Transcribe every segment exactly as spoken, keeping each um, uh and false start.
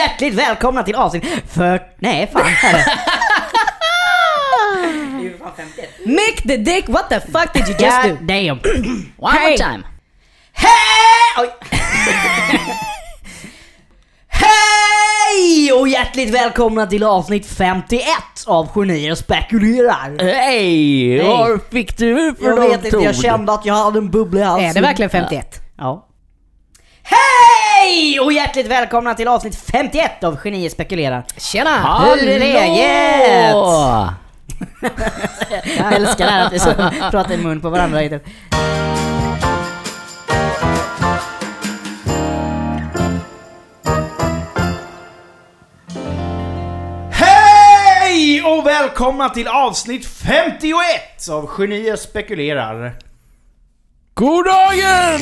hjärtligt välkomna till avsnitt för... Nej, fan. Här är det. Det är ju fan femtioett. Mick the dick, what the fuck did you just do? God damn. One Hey. more time. Hej! Oj. Hej! Och hjärtligt välkomna till avsnitt femtioett av Genier spekulerar. Hej! Hej. Vad fick du för Jag något vet inte, jag kände att jag hade en bubbla i halsen. Är det verkligen femtioett? Ja. Hej! Och hjärtligt välkomna till avsnitt femtioett av Genier spekulerar. Tjena! Hur är läget? Hallå! Jag älskar det här att vi så pratar i mun på varandra. Hej och välkomna till avsnitt femtioett av Genier spekulerar. God dagen!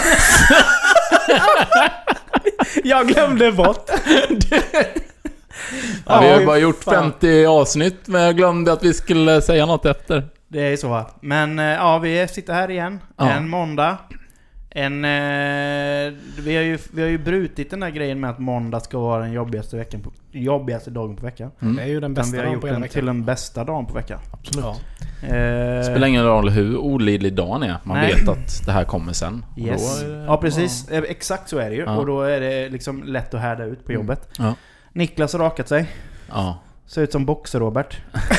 Jag glömde bort. Ja, vi har ju bara Oj, gjort fan. femtio avsnitt, men jag glömde att vi skulle säga något efter. Det är så va. Men eh, ja, vi sitter här igen. Ja. En måndag. En, eh, vi, har ju, vi har ju brutit den där grejen med att måndag ska vara den jobbigaste, veckan på, jobbigaste dagen på veckan. Mm. Det är ju den Men bästa vi har dagen gjort på hela den veckan. till den bästa dagen på veckan. Absolut. Ja. Eh, Det spelar ingen roll hur olidlig dagen är. Man Nej. vet att det här kommer sen. Och Yes. då är det- Ja, precis. Eh, Exakt så är det ju. Ja. Och då är det liksom lätt att härda ut på jobbet. Ja. Niklas har rakat sig. Ja. Ser ut som Boxer-Robert.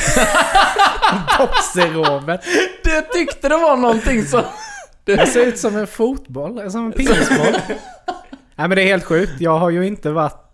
Boxer-Robert. Det tyckte det var någonting så... Det ser ut som en fotboll, som en pingisboll. Nej, men det är helt sjukt. Jag har ju inte varit...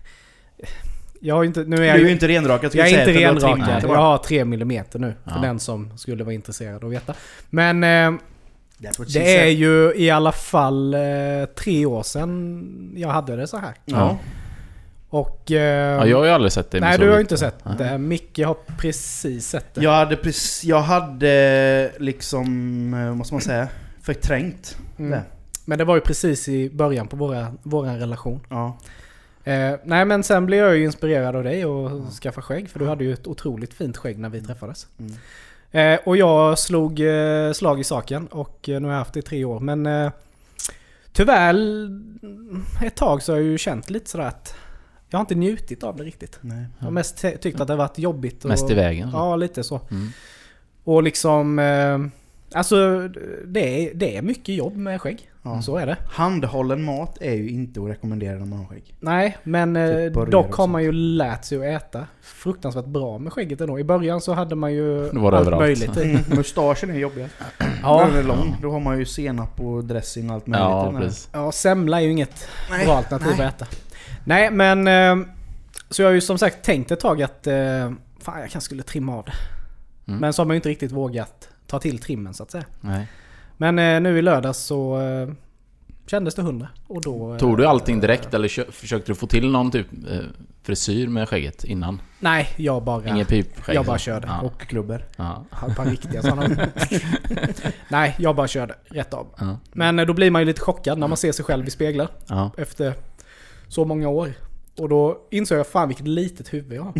Jag har ju inte... Nu är Du jag är ju ju inte renrakad. ska Jag vi är säga, inte för du har renrakad. trimmat. Jag har tre millimeter nu. För Ja. den som skulle vara intresserad att veta. Men... Eh, That's what she det är said. ju i alla fall eh, tre år sedan jag hade det så här. Ja. Och... Eh, Ja, jag har ju aldrig sett det. med nej, så du har ju lite. inte sett Nej. det. Micke har precis sett det. Jag hade precis... Jag hade liksom... eh, Vad måste man säga? Förträngt Mm. det. Men det var ju precis i början på våra, våran relation. Ja. Eh, nej, men sen blev jag ju inspirerad av dig och skaffa skägg. För du hade ju ett otroligt fint skägg när vi träffades. Mm. Eh, och jag slog eh, slag i saken. Och eh, nu har jag haft det i tre år. Men eh, tyvärr ett tag så har jag ju känt lite sådär att jag har inte njutit av det riktigt. Nej. Jag har mest t- tyckt att det har varit jobbigt. Och, Mest i vägen. Så. Ja, lite så. Mm. Och liksom... Eh, alltså, det är, det är mycket jobb med skägg. Ja. Så är det. Handhållen mat är ju inte att rekommendera när man har skägg. Nej, men eh, Typ burgare dock och har sånt. man ju lärt sig att äta fruktansvärt bra med skägget ändå. I början så hade man ju Det var det allt överallt. möjligt i. Mm. Mustaschen är jobbig. Ja. Den är lång. Då har man ju senap och dressing och allt möjligt. i Ja, den här. precis. Ja, semla är ju inget Nej, bra alternativ nej. att äta. Nej, men eh, så jag har ju som sagt tänkt ett tag att eh, fan, jag kanske skulle trimma av det. Mm. Men så har man ju inte riktigt vågat ta till trimmen så att säga. Nej. Men eh, nu i lördags så eh, kändes det hundra. Och då, eh, Tog du allting direkt eller kö- försökte du få till någon typ eh, frisyr med skägget innan? Nej, jag bara... Ingen pipskägg? jag bara så? körde. Ja. Och klubbor. Ja. Har ett par riktiga sådana. Nej, jag bara körde rätt av. Ja. Men eh, då blir man ju lite chockad när man ser sig själv i speglar Ja. efter så många år. Och då insåg jag fan vilket litet huvud jag har.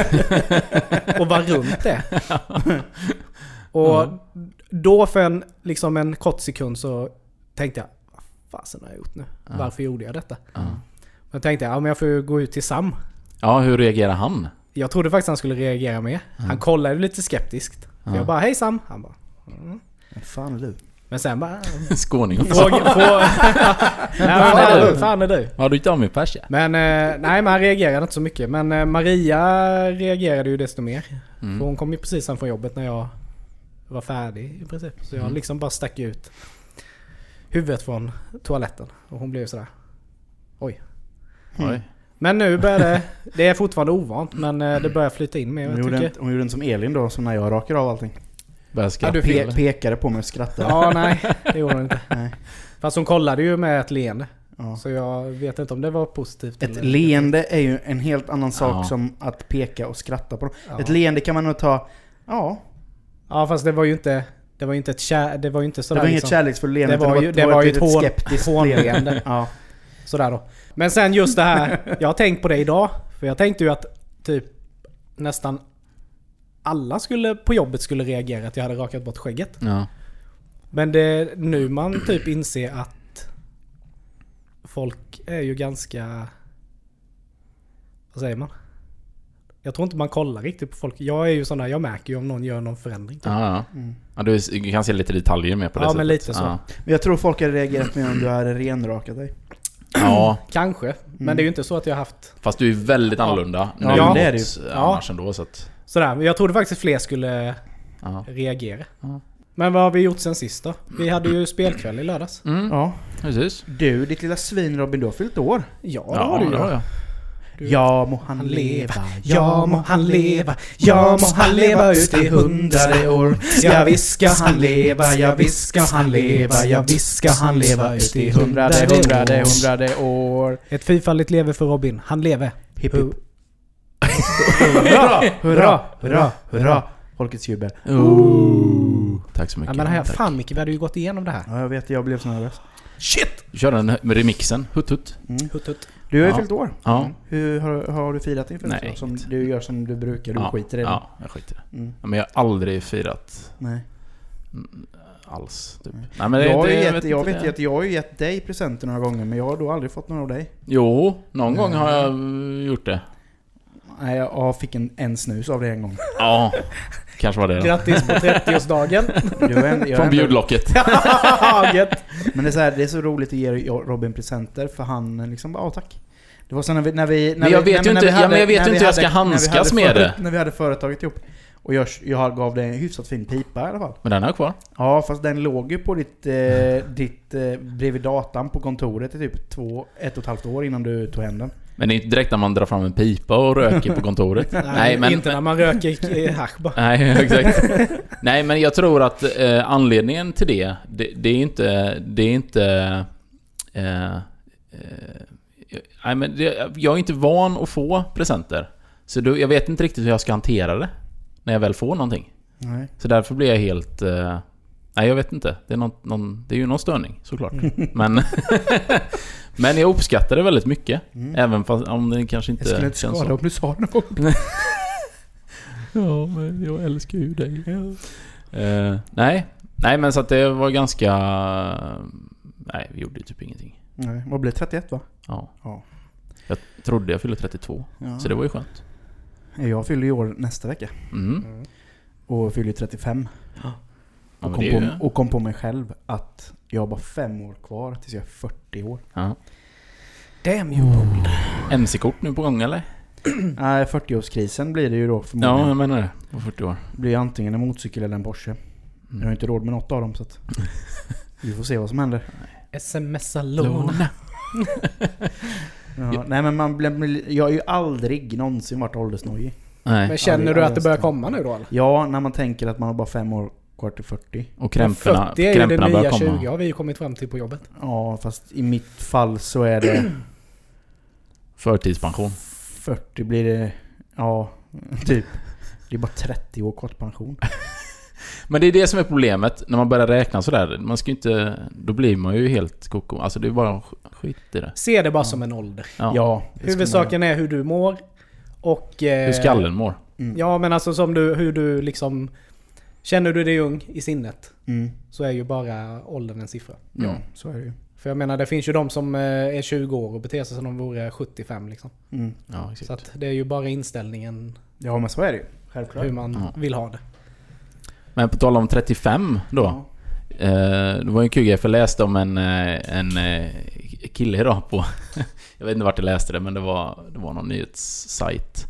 Och vad runt det. Och då för en, liksom en kort sekund så tänkte jag, vad fasen har jag gjort nu? Ja. Varför gjorde jag detta? Ja. Men tänkte jag, ja men jag får ju gå ut till Sam. Ja, hur reagerar han? Jag trodde faktiskt han skulle reagera med. Han kollade lite skeptiskt. Ja. Jag bara, hej Sam. Han bara, mm. Vad fan är du? Men sen bara... Skåning och Fråga, få... nej, men fan det är är du? du? Fan är du? Har du inte av mig persa? Men eh, nej, men han reagerade inte så mycket. Men eh, Maria reagerade ju desto mer. Mm. För hon kom ju precis sen från jobbet när jag var färdig i princip. Så jag Mm. liksom bara stack ut huvudet från toaletten. Och hon blev sådär, oj. Oj. Men nu börjar det, det är fortfarande ovant, men eh, det börjar flyta in mer. Hon Jag gjorde, tycker, inte, hon gjorde inte som Elin då, som när jag rakar av allting. Börjar Ja, skratta. du Pe- fel. pekade på mig och skrattade. Ja, nej, det gjorde hon inte. Nej. Fast hon kollade ju med ett leende. Ja. Så jag vet inte om det var positivt. Ett eller- leende är ju en helt annan sak Ja. som att peka och skratta på dem. Ja. Ett leende kan man nog ta... Ja, Ja, fast det var ju inte... Det var ju inte ett kär, det var ju inte det sådär var inget liksom, kärleksfullt leende. Det var ju, det var ju ett litet hån, skeptiskt hånleende. leende. Ja. Sådär då. Men sen just det här, jag har tänkt på det idag. För jag tänkte ju att typ nästan alla skulle på jobbet skulle reagera att jag hade rakat bort skägget. Ja. Men det nu man typ inser att folk är ju ganska vad säger man? Jag tror inte man kollar riktigt på folk. Jag är ju sån där, jag märker ju om någon gör någon förändring. Typ. Ja, ja. Mm. ja du, du kan se lite detaljer med på det Ja, sättet. men lite så. Ja, Men jag tror folk har reagerat mer om du hade renrakat dig. ja. Kanske, men Mm. det är ju inte så att jag har haft Fast du är väldigt annorlunda Ja, nu ja, det är mot, det ju. eh, Ja. annars ändå, så att, sådär. Men jag trodde faktiskt fler skulle ja. reagera. Ja. Men vad har vi gjort sen sist då? Vi hade ju spelkväll i lördags. Mm, Ja. precis. Du, ditt lilla svin Robin, du har fyllt år. Ja, det Ja, har du ju. det har jag. Du- Ja må han Han leva, leva, ja må han leva, ja må han leva ut i hundrade år. Ja visst ska han leva, ja visst ska han leva, ja visst ska han leva ut i hundrade, hundrade, hundrade, år. hundrade år. Ett fyrfaldigt leve för Robin, han lever. Hipp Hu- hipp. Hurra, hurra, hurra, hurra. Folkets jubel. Ooh. Tack så Ja, mycket. men här, Tack. fan Micke, vi hade ju gått igenom det här. Ja, jag vet, jag blev så nervös. Shit! Du kör den med remixen. Hutt hutt. Mm. Hutt, hutt. Du har ju Ja. fyllt år. Ja. Mm. Hur har, har du firat din födelsedag? Nej, Som inget. du gör som du brukar, du ja. skiter i det. Ja, jag skiter i det. Mm. Ja, men jag har aldrig firat Nej. mm, alls. Typ. Nej. Nej, men det, jag har ju det, gett, vet jag inte vet det. ju att jag har ju gett dig presenter några gånger, men jag har då aldrig fått några av dig. Jo, någon gång har jag Mm. uh, gjort det. Nej, jag fick en, en snus av det en gång. Ja, kanske var det då. Grattis på trettioårsdagen. Du är en, jag är Från ändå- bjudlocket. Gött. Men det är, så här, det är så roligt att ge Robin presenter, för han liksom bara, ja tack. Det var så när vi... När vi när Men jag vi, vet nej, ju när inte- vi ja, hade- men jag vet när ju vi inte hur jag ska hade- när vi handskas hade med för- det. När vi hade företaget ihop. Och jag, jag gav dig en hyfsat fin pipa i alla fall. Men den har jag kvar. Ja, fast den låg ju på ditt, eh, ditt eh, bredvid datan på kontoret i typ två, ett och ett halvt år innan du tog hem den. Men det är inte direkt när man drar fram en pipa och röker på kontoret. Nej, men, inte när man röker i hasch bara. Nej, exakt. Nej, men jag tror att eh, anledningen till det, det, det är inte... Det är inte eh, eh, nej, men det, jag är inte van att få presenter. Så då, jag vet inte riktigt hur jag ska hantera det när jag väl får någonting. Nej. Så därför blir jag helt... Eh, nej, jag vet inte. Det är, någon, någon, det är ju någon störning, såklart. Men, men jag uppskattar det väldigt mycket. Mm. Även fast, om det kanske inte Jag skulle inte känns skada så. om du sa det någon gång. Ja, men jag älskar ju dig. Uh, nej. Nej, men så att det var ganska... Nej, vi gjorde typ ingenting. Nej, vad blev trettioett va? Ja. Ja. Jag trodde jag fyllde trettiotvå. Ja. Så det var ju skönt. Jag fyller ju år nästa vecka. Mm. Och fyller trettiofem. Ja, Och men kom, det är på, ju... och kom på mig själv att jag har bara fem år kvar tills jag är fyrtio år. Ja. Damn you bold. M C-kort nu på gång, eller? Nej, fyrtioårskrisen blir det ju då Ja, förmodligen. jag menar det. På fyrtio år. Det blir antingen en motorcykel eller en Porsche. Jag har Mm. inte råd med något av dem så att vi får se vad som händer. Smsa låna. Ja, nej men man blir, jag har ju aldrig någonsin varit åldersnojig. Nej. Men känner Ja, du det- att det börjar komma nu då eller? Ja, när man tänker att man har bara fem år kvar till fyrtio. Och krämporna, fyrtio är ju det krämporna nya börjar komma. tjugo har vi ju kommit fram till på jobbet. Ja, fast i mitt fall så är det Förtidspension. fyrtio blir det, ja, typ. Det är bara trettio år kvar till pension. Men det är det som är problemet när man börjar räkna sådär. Man ska inte... Då blir man ju helt koko. Alltså det är bara skit i det. Se det bara som en ålder. Ja. Ja, det ska man Huvudsaken är hur du mår. Och... Eh, Hur skallen mår. göra. Mm. Ja men alltså som du, hur du liksom... Känner du dig ung i sinnet Mm. så är ju bara åldern en siffra. Ja, Mm. så är det ju. För jag menar det finns ju de som eh, är tjugo år och beter sig som de vore sjuttiofem liksom. Mm. Ja, exakt. Så att det är ju bara inställningen Ja, men så är det ju. Självklart. hur man Ja. vill ha det. Men på tal om trettiofem då. Ja. Eh, det var en kul grej, för jag läste om en, eh, en eh, kille idag på... jag vet inte vart jag läste det, men det var, det var någon nyhetssajt.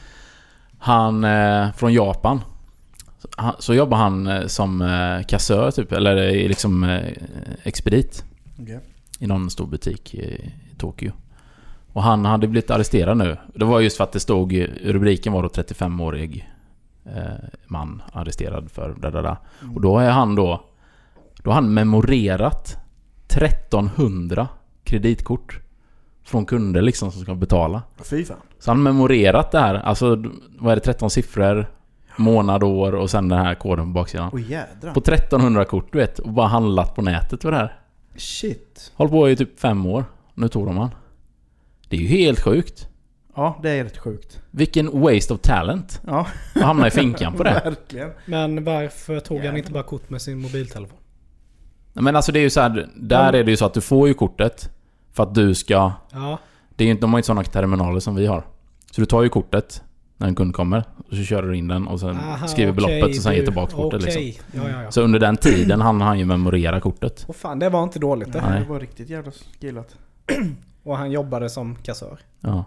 Han eh, från Japan. Så, han, så jobbar han eh, som eh, kassör typ, eller eh, liksom eh, expedit Okej. i någon stor butik i, i Tokyo. Och han hade blivit arresterad nu. Det var just för att det stod, rubriken var då trettiofemårig eh, man arresterad för där, där, där. Mm. Och då är han då Då har han memorerat trettonhundra kreditkort från kunder liksom som ska betala. Fy fan. Så han har memorerat det här. Alltså vad är det, tretton siffror, månad, år och sen den här koden på baksidan. Åh jädrar. På trettonhundra kort, du vet, och bara handlat på nätet för det här. Shit. Håll på i typ fem år. Nu tog de han. Det är ju helt sjukt. Ja, det är rätt sjukt. Vilken waste of talent. Ja. Att hamna i finkan på det. Verkligen. Men varför tog han Jävlar. inte bara kort med sin mobiltelefon? Men alltså det är ju så här, där Mm. är det ju så att du får ju kortet för att du ska... Ja. Det är ju inte, de har ju inte sådana terminaler som vi har. Så du tar ju kortet när en kund kommer och så kör du in den och sen Aha, skriver okej, beloppet och sen du- ger tillbaka kortet okej. liksom. Ja, ja, ja. Så under den tiden hann han ju memorera kortet. Och fan, det var inte dåligt det. Nej, Nej. det var riktigt jävla skillat. Och han jobbade som kassör. Ja.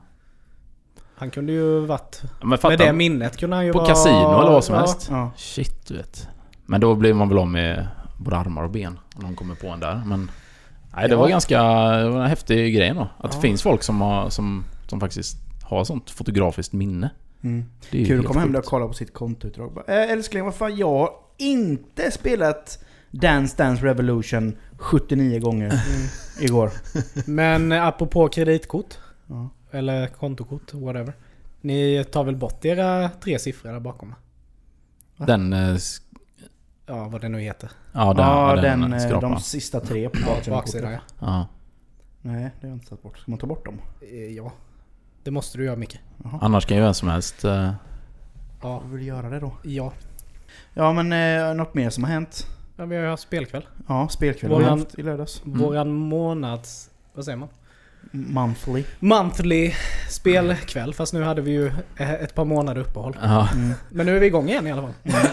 Han kunde ju varit... Men Med fatta, det minnet kunde han ju på vara... kasino eller vad som ja. helst. Ja. Shit, du vet. Men då blir man väl av med både armar och ben om någon kommer på en där. Men nej, det Ja. var ganska det var en häftig grej då. Att Ja. det finns folk som, har, som, som faktiskt har sånt fotografiskt minne. Mm. Det är ju Kul att helt komma hem sjukt. där och kolla på sitt kontoutdrag. Bara, Äh, älskling, vad fan, jag har inte spelat Dance Dance Revolution sjuttionio gånger igår. Men eh, apropå kreditkort. Ja. Eller kontokort, whatever. Ni tar väl bort era tre siffror där bakom? Den, eh, sk- Ja, vad det nu heter. ja, den, Ja, ja, den, den, eh, skrapar. de sista tre på Ja, baksidan. baksidan, ja. Ja. Nej, det har jag inte satt bort. Ska man ta bort dem? Eh, Ja. Det måste du göra, Micke. Annars kan ju vem som helst... Eh, Ja. Jag vill göra det då. Ja. Ja, men eh, något mer som har hänt? Ja, vi har ju haft spelkväll. Ja, spelkväll har vi Våran- haft i lördags. Våran månads... Vad säger man? Monthly. Monthly spelkväll. Fast nu hade vi ju eh, ett par månader uppehåll. ja. Mm. Men nu är vi igång igen i alla fall.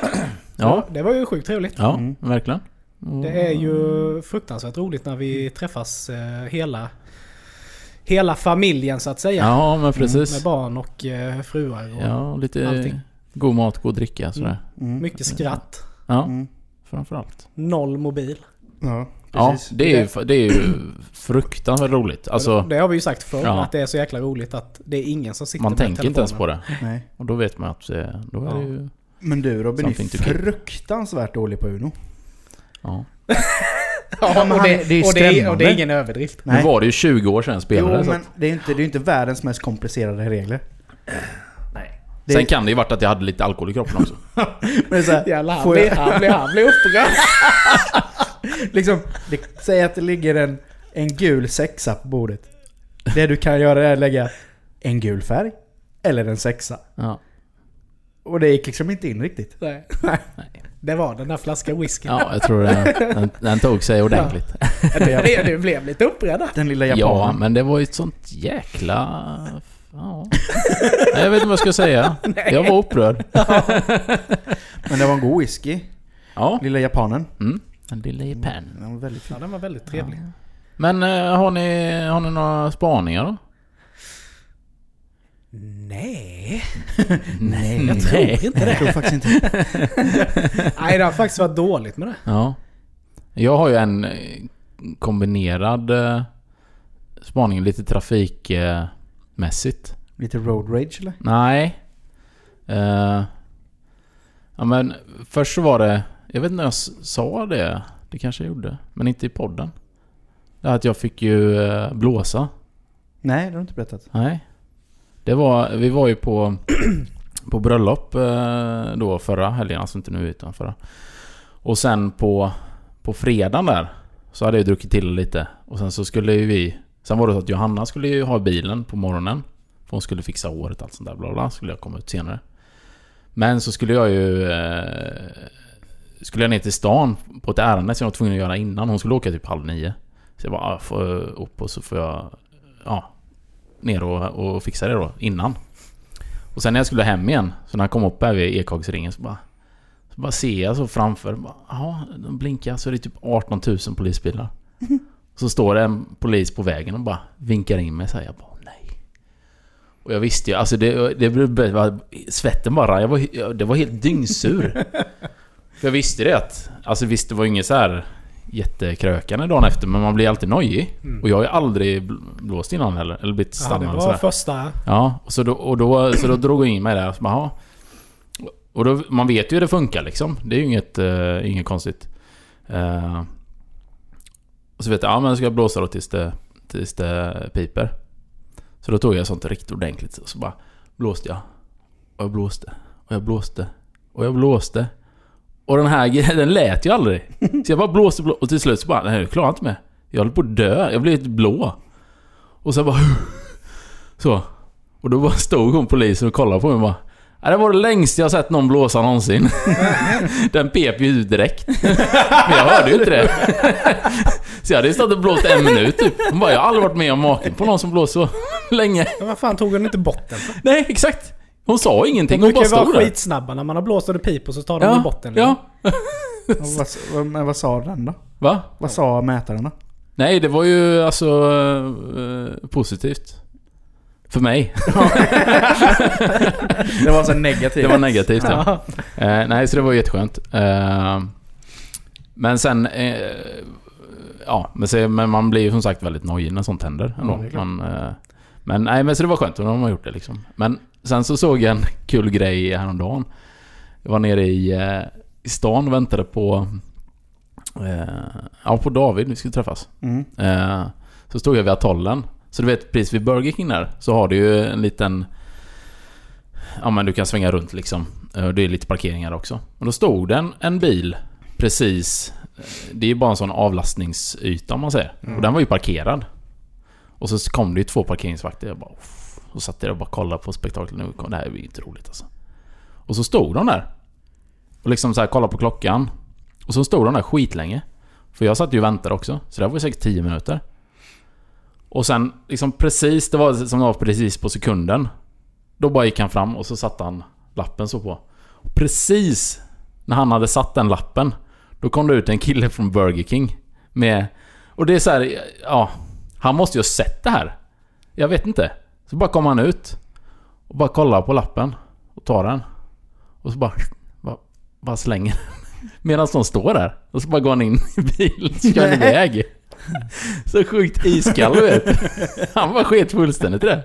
Ja, Det var ju sjukt trevligt. ja Mm. verkligen. Det är ju fruktansvärt roligt när vi träffas eh, hela hela familjen så att säga. Ja, men Med precis. barn och eh, fruar och Ja, lite allting. god mat, god dricka sådär. Mm. mycket skratt. Ja, Mm. framförallt. Noll mobil. Ja, Ja, precis. det är ju, det är ju fruktansvärt roligt. Alltså, det har vi ju sagt förr, Ja. att det är så jäkla roligt att det är ingen som sitter man med tänker inte ens på telefonen. det. Nej. Och då vet man att eh, då är Ja. det ju... Men du Robin är Something to keep. fruktansvärt dålig på Uno. Ja. Ja, men och, han- det, det är ju och, det är, och det är skrämmande. ingen överdrift. Nu var det ju tjugo år sedan jag spelade. Jo, så men att, det är ju inte, det är ju inte världens mest komplicerade regler. nej. det- Sen kan det ju varit att jag hade lite alkohol i kroppen också. Men det är så här, Jävlar, han får blir, jag, han blir, han blir upprörd. liksom, det, säg att det ligger en, en gul sexa på bordet. Det du kan göra är att lägga en gul färg eller en sexa. Ja. Och det gick liksom inte in riktigt. Nej. Nej. Det var den där flaskan whisky. Ja, jag tror det, den, den tog sig ordentligt. Det, det blev lite upprörd. Den lilla Ja, japanen. men det var ju ett sånt jäkla... Ja. Nej, jag vet inte vad jag ska säga. Jag var upprörd. Men det var en god whisky. Ja. Lilla japanen. Mm. En lilla i pen. Den var väldigt fin. Ja, den var väldigt trevlig. Men eh, har, ni, har ni några spaningar då? Nej. Nej, Jag tror inte Jag det. tror faktiskt inte. Nej, det har faktiskt varit dåligt med det. Ja. Jag har ju en eh, kombinerad eh, spaning, lite trafikmässigt. Lite road rage eller? Nej. Eh, ja, men först så var det... Jag vet inte om jag s- sa det. Det kanske jag gjorde. Men inte i podden. Det är att jag fick ju eh, blåsa. Nej, det har du inte berättat. Nej. Det var... Vi var ju på... på bröllop eh, då förra helgen. Alltså inte nu utan förra. Och sen på... På fredagen där. Så hade jag druckit till lite. Och sen så skulle ju vi... Sen var det så att Johanna skulle ju ha bilen på morgonen. För hon skulle fixa året, allt sånt där. Bla bla. Skulle jag komma ut senare. Men så skulle jag ju... Eh, skulle jag ner till stan på ett ärende som jag var tvungen att göra innan. Hon skulle åka typ halv nio. Så jag bara, ah, får jag upp och så får jag... Ja... Ner och, och fixa det då, innan. Och sen när jag skulle hem igen, så när jag kom upp här vid Ekhagsringen så bara... Så bara ser jag så framför, ja, de blinkar, så är det typ arton tusen polisbilar. Så står det en polis på vägen och bara vinkar in mig och säger, jag bara, nej. Och jag visste ju, alltså det, det blev, svetten bara, jag var, det var helt dyngsur. För jag visste det att, alltså visst det var inget så här jättekrökande dagen efter, men man blir alltid nojig. Mm. Och jag har ju aldrig bl- blåst innan heller, eller blivit Ja, stannad det eller var sådär. första. Ja, och så då, och då, så då drog jag in mig där och så bara, ja. Och då, man vet ju hur det funkar liksom. Det är ju inget, uh, inget konstigt. Uh, och så vet jag, ja men jag ska blåsa då tills det, tills det piper. Så då tog jag sånt riktigt ordentligt. Och så bara blåste jag. Och jag blåste. Och jag blåste. Och jag blåste. Och den här den lät ju aldrig. Så jag bara blåste, blåste och till slut så bara, nej jag klarar inte med. Jag håller på att dö. Jag blev lite blå. Och så bara så. Och då bara stod hon polisen och kollade på mig och bara, Ja, det var det längsta jag sett någon blåsa någonsin. Den pep ju ut direkt. Men jag hörde ju inte det. Så jag hade stått och blåst en minut typ. Hon bara, jag har aldrig varit med om maken på någon som blåst så länge. Men vad fan, tog hon inte botten? Nej, exakt. Hon sa ingenting, De hon bara brukar ju stod vara där. skitsnabba. När man har blåst och det piper så tar de Ja, i botten. Liksom. ja. Och vad, vad, men vad sa den då? Va? Vad sa mätaren då? Nej, det var ju alltså eh, positivt. För mig. Det var så negativt. Det var negativt, ja. Eh, nej, så det var jätteskönt. Eh, men sen... Eh, ja, men, så, men man blir ju som sagt väldigt nojig när sånt händer. Ändå. Ja, det är klart. man, eh, men nej, men så det var skönt. Och de har gjort det liksom. Men sen så såg jag en kul grej häromdagen. Jag var nere i, eh, i stan och väntade på... Eh, ja, på David. Vi skulle träffas. Mm. Eh, så stod jag vid atollen. Så du vet, precis vid Burger King där så har du ju en liten... Ja, men du kan svänga runt liksom. Det är lite parkeringar också. Och då stod det en, en bil precis... Det är ju bara en sån avlastningsyta om man säger. Mm. Och den var ju parkerad. Och så kom det ju två parkeringsvakter. Jag bara... Uff, så satt jag och bara kollade på spektaklet. Nu, det här är ju inte roligt alltså. Och så stod de där. Och liksom så här kollade på klockan. Och så stod de där skitlänge. För jag satt ju och väntade också. Så det var ju säkert tio minuter. Och sen liksom precis, det var som det var precis på sekunden. Då bara gick han fram och så satte han lappen så på. Och precis när han hade satt den lappen, då kom det ut en kille från Burger King med, och det är så här, ja, han måste ju ha sett det här. Jag vet inte. Så bara kom han ut och bara kollar på lappen och tar den. Och så bara bara, bara slänger medan de står där. Och så bara går han in i bilen och kör iväg. Så sjukt iskall, vet. Han var sket fullständigt i det.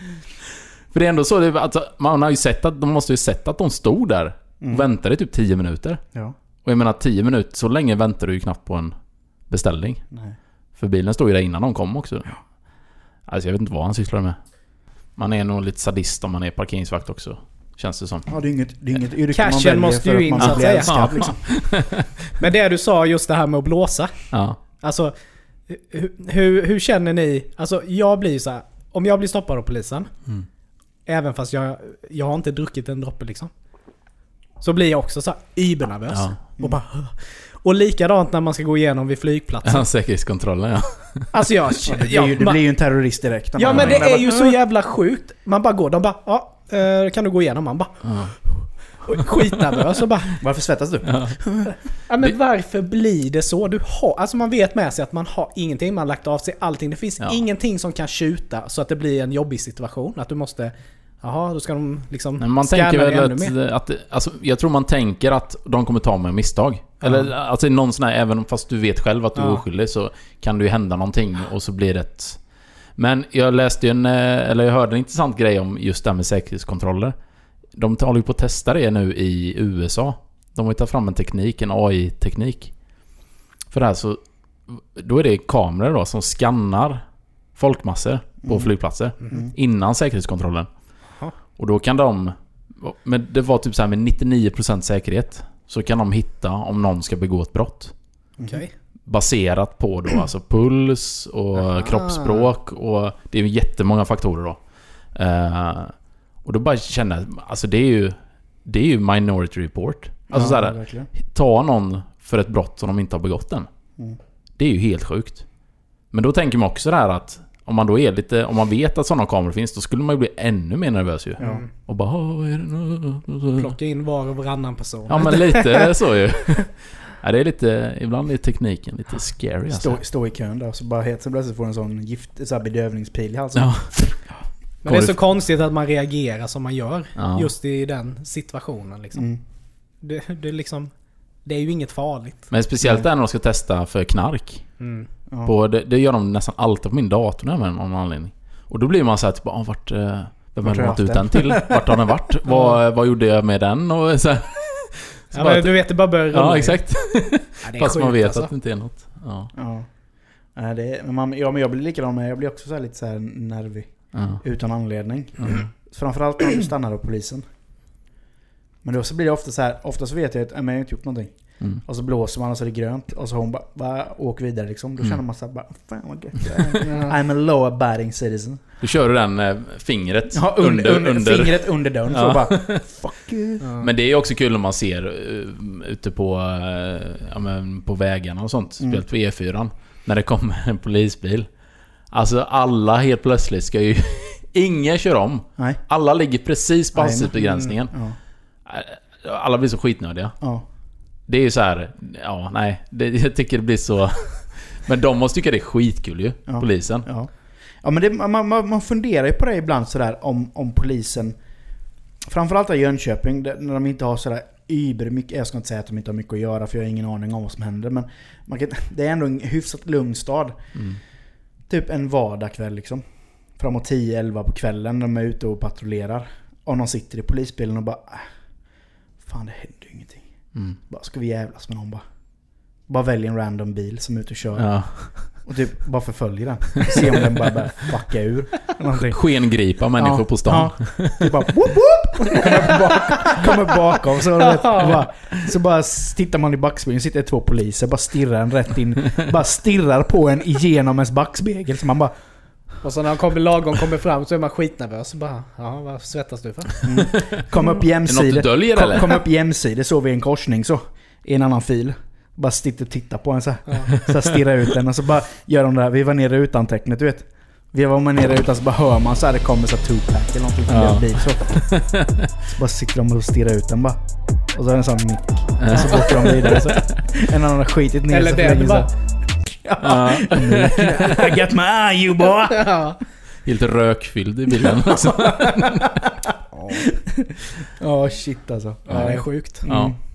För det är ändå så det, alltså, man har ju sett att de måste ju sett att de stod där och mm. väntade i typ tio minuter. Ja. Och jag menar tio minuter, så länge väntar du ju knappt på en beställning. Nej. För bilen stod ju där innan de kom också. Ja. Alltså jag vet inte vad han sysslar med. Man är nog lite sadist om man är parkeringsvakt också. Känns det som. Ja, det är inget, det är inget yrke Cashen man väljer måste för ju att man in, så att blir säga. älskad, liksom. Men det du sa, just det här med att blåsa. Ja. Alltså, hur, hur, hur känner ni? Alltså, jag blir så här, om jag blir stoppad av polisen, mm. även fast jag, jag har inte druckit en droppe liksom, så blir jag också så här übernervös. Ja. Mm. Och, bara, och likadant när man ska gå igenom vid flygplatsen. Ja, säkerhetskontrollen, ja. Alltså jag... Ja, det, blir ju, det blir ju en terrorist direkt. Ja, men det är ju så jävla sjukt. Man bara går, de bara, ja, kan du gå igenom? Man bara... Ja. Skitnervös och bara... Varför svettas du? Ja. Ja, men varför blir det så? Du har, alltså man vet med sig att man har ingenting, man har lagt av sig allting. Det finns ja. ingenting som kan skjuta så att det blir en jobbig situation. Att du måste... Jaha, då ska de liksom... Men man tänker väl att, att... Alltså, jag tror man tänker att de kommer ta med misstag. Ja. Eller alltså någon sån här, även fast du vet själv att du ja. är oskyldig, så kan det ju hända någonting och så blir det ett... Men jag läste ju en... Eller jag hörde en intressant grej om just det här med säkerhetskontroller. De håller ju på att testa det nu i U S A. De har ju tagit fram en teknik, en A I-teknik. För det här så... Då är det kameror då som skannar folkmassor på mm. flygplatser mm. innan säkerhetskontrollen. Aha. Och då kan de... Men det var typ så här med nittionio procent säkerhet. Så kan de hitta om någon ska begå ett brott. Okay. Baserat på då alltså puls och Aha. kroppsspråk. Och det är ju jättemånga faktorer då. Uh, Och då bara känner jag, alltså det är ju det är ju Minority Report. Alltså ja, så här, ta någon för ett brott som de inte har begått än. Mm. Det är ju helt sjukt. Men då tänker man också det här att om man då är lite, om man vet att sådana kameror finns, då skulle man ju bli ännu mer nervös ju. Ja. Och bara, vad är det nu? Plocka in var och varannan person. Ja, men lite så ju. Ja, det är lite, ibland är tekniken lite scary. Alltså. Stå, stå i kön där och så bara helt så plötsligt får en sån gift, så här bedövningspil i halsen. Ja. Men det är så konstigt att man reagerar som man gör ja. just i den situationen liksom. Mm. Det, det, är liksom, det är ju inget farligt. Men speciellt där när de ska testa för knark. Mm. Ja. På, det, det gör de nästan alltid på min dator när man, av någon anledning. Och då blir man så här typ, ah, vart, eh, vem har varit ut den till? Vart har den varit? vad, vad gjorde jag med den? Och så här. Så ja, bara, men du vet, det bara börjar rulla. Ja, exakt. Ja, fast sjukt, man vet alltså. att det inte är något. Ja. Ja. Ja, det är, man, ja, men jag blir likadan med. Jag blir också så här lite så här nervig. Uh-huh. Utan anledning. Uh-huh. Framförallt när de stannar av polisen. Men då så blir det ofta så här, ofta så vet jag att jag har inte gjort någonting. Mm. Och så blåser man och så är det grönt och så hon bara, bara åker vidare liksom. Då känner man så här bara, fan vad gött. I'm a law abiding citizen. Du kör den eh, fingret ja, under, under, under fingret under dörren ja. så bara fuck you. Ja. Men det är också kul när man ser uh, ute på, uh, ja, men på vägarna och sånt, Mm. spelat på E fyra, när det kommer en polisbil. Alltså alla helt plötsligt ska ju ingen kör om. Nej. Alla ligger precis på Nej, hastighetsbegränsningen. Ja. Alla blir så skitnödiga. Ja. Det är ju så här, ja, nej, det, jag tycker det blir så. Men de måste tycka det är skitkul ju, Ja. polisen. Ja. Ja, men det, man, man, man funderar ju på det ibland sådär om, om polisen, framförallt i Jönköping, där, när de inte har sådär yber mycket, jag ska inte säga att de inte har mycket att göra för jag har ingen aning om vad som händer, men man kan, det är ändå en hyfsat lugn stad. Mm. Typ en vardagkväll liksom. Framåt tio elva på kvällen när de är ute och patrullerar. Och någon sitter i polisbilen och bara äh, fan, det händer ju ingenting. Mm. Bara, ska vi jävlas med någon bara? Bara välj en random bil som är ute och kör. Ja. Och typ bara förföljer den. Och se om den bara börjar fucka ur. Någonting. Skengripa människor Ja, på stan. Ja. Det bara whoop whoop! Kommer bakom, kommer bakom så, vet, bara, så bara tittar man i backspegeln, sitter två poliser, bara stirrar en rätt in, bara stirrar på en igenom ens backspegel, så man bara Och så när han kommer lagom kommer fram så är man skitnervös. Bara, ja, vad svettas du för? mm, kom upp Är det något jämsides. du döljer, Kom, eller? kom upp jämsides så vid en korsning så i en annan fil. Bara sitter och tittar på en så här. Ja. Så här stirrar ut den och så bara gör de där, vi var nere utan tecknet, du vet. Vi var nere utan så bara hör man så här, det kommer så här two-pack eller någonting från Ja. deras bil så. Så bara sitter de och stirrar ut den bara. Och så är det en sån mick. Och så åker de vidare så. En annan har skitit ner Eller så för det, länge bara- sedan. Ja. I got my eye you boy! Ja. Helt rökfylld i bilen. Alltså. Ja, shit alltså. Ja, det är sjukt. Ja. Mm.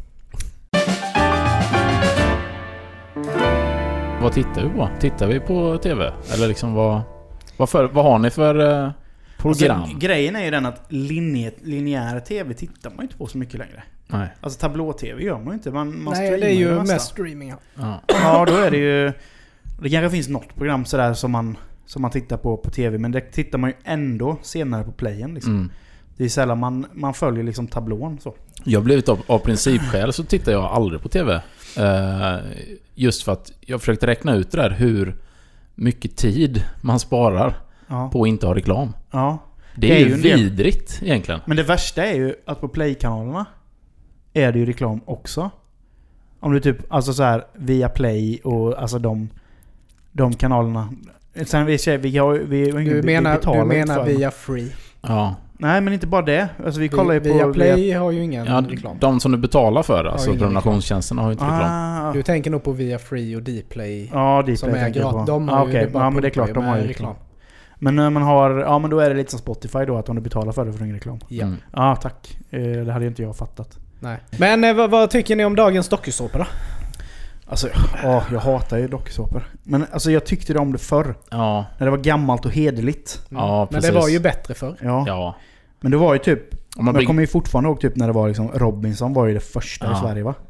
Vad tittar vi på? Tittar vi på tv? Eller liksom vad, vad, för, vad har ni för eh, program? Alltså, grejen är ju den att linje, linjär tv tittar man ju inte på så mycket längre. Nej. Alltså tablå-tv gör man ju inte. Man, man Nej, streamar det är ju mesta. mest streaming. Ja. Ja. Ja, då är det ju... Det kanske finns något program sådär som man, som man tittar på på tv, men det tittar man ju ändå senare på playen liksom. Mm. Det är sällan man, man följer liksom tablån så. Jag har blivit av, av principskäl så tittar jag aldrig på tv. Eh, just för att jag försökte räkna ut det där hur mycket tid man sparar Ja. på att inte ha reklam. Ja. Det är, Det är ju ju en del- vidrigt egentligen. Men det värsta är ju att på Play-kanalerna är det ju reklam också. Om du typ, alltså så här via Play och alltså de, de kanalerna. Sen vi säger, vi har vi har ingen Du vi menar, betalar du inte menar för dem. via Free? Ja. Nej, men inte bara det. Alltså vi kollar ju på... Via Play har ju ingen Ja, reklam. de som du betalar för, alltså ingen prenumerationstjänsterna har ju inte reklam. Ah, Du tänker nog på via Free och Dplay. ja, det Som är tänker jag på. gratis. De har ah, ju okej. det bara Ja, men det är pumpar klart, de med har ju reklam. Men när man har... Ja, men då är det lite som Spotify då, att om du betalar för det får du ingen reklam. Ja. Mm. Ja, tack. Eh, det hade ju inte jag fattat. Nej. Men eh, vad, vad tycker ni om dagens dokusåpa då? Alltså, ja, jag hatar ju dokusåpor. Men alltså jag tyckte om det förr. Ja, När det var gammalt och hederligt. ja, Men precis. det var ju bättre förr. Ja. Ja. Men det var ju typ... Om man Jag blir... kommer ju fortfarande ihåg typ när det var liksom... Robinson var ju det första i Ja. Sverige, va?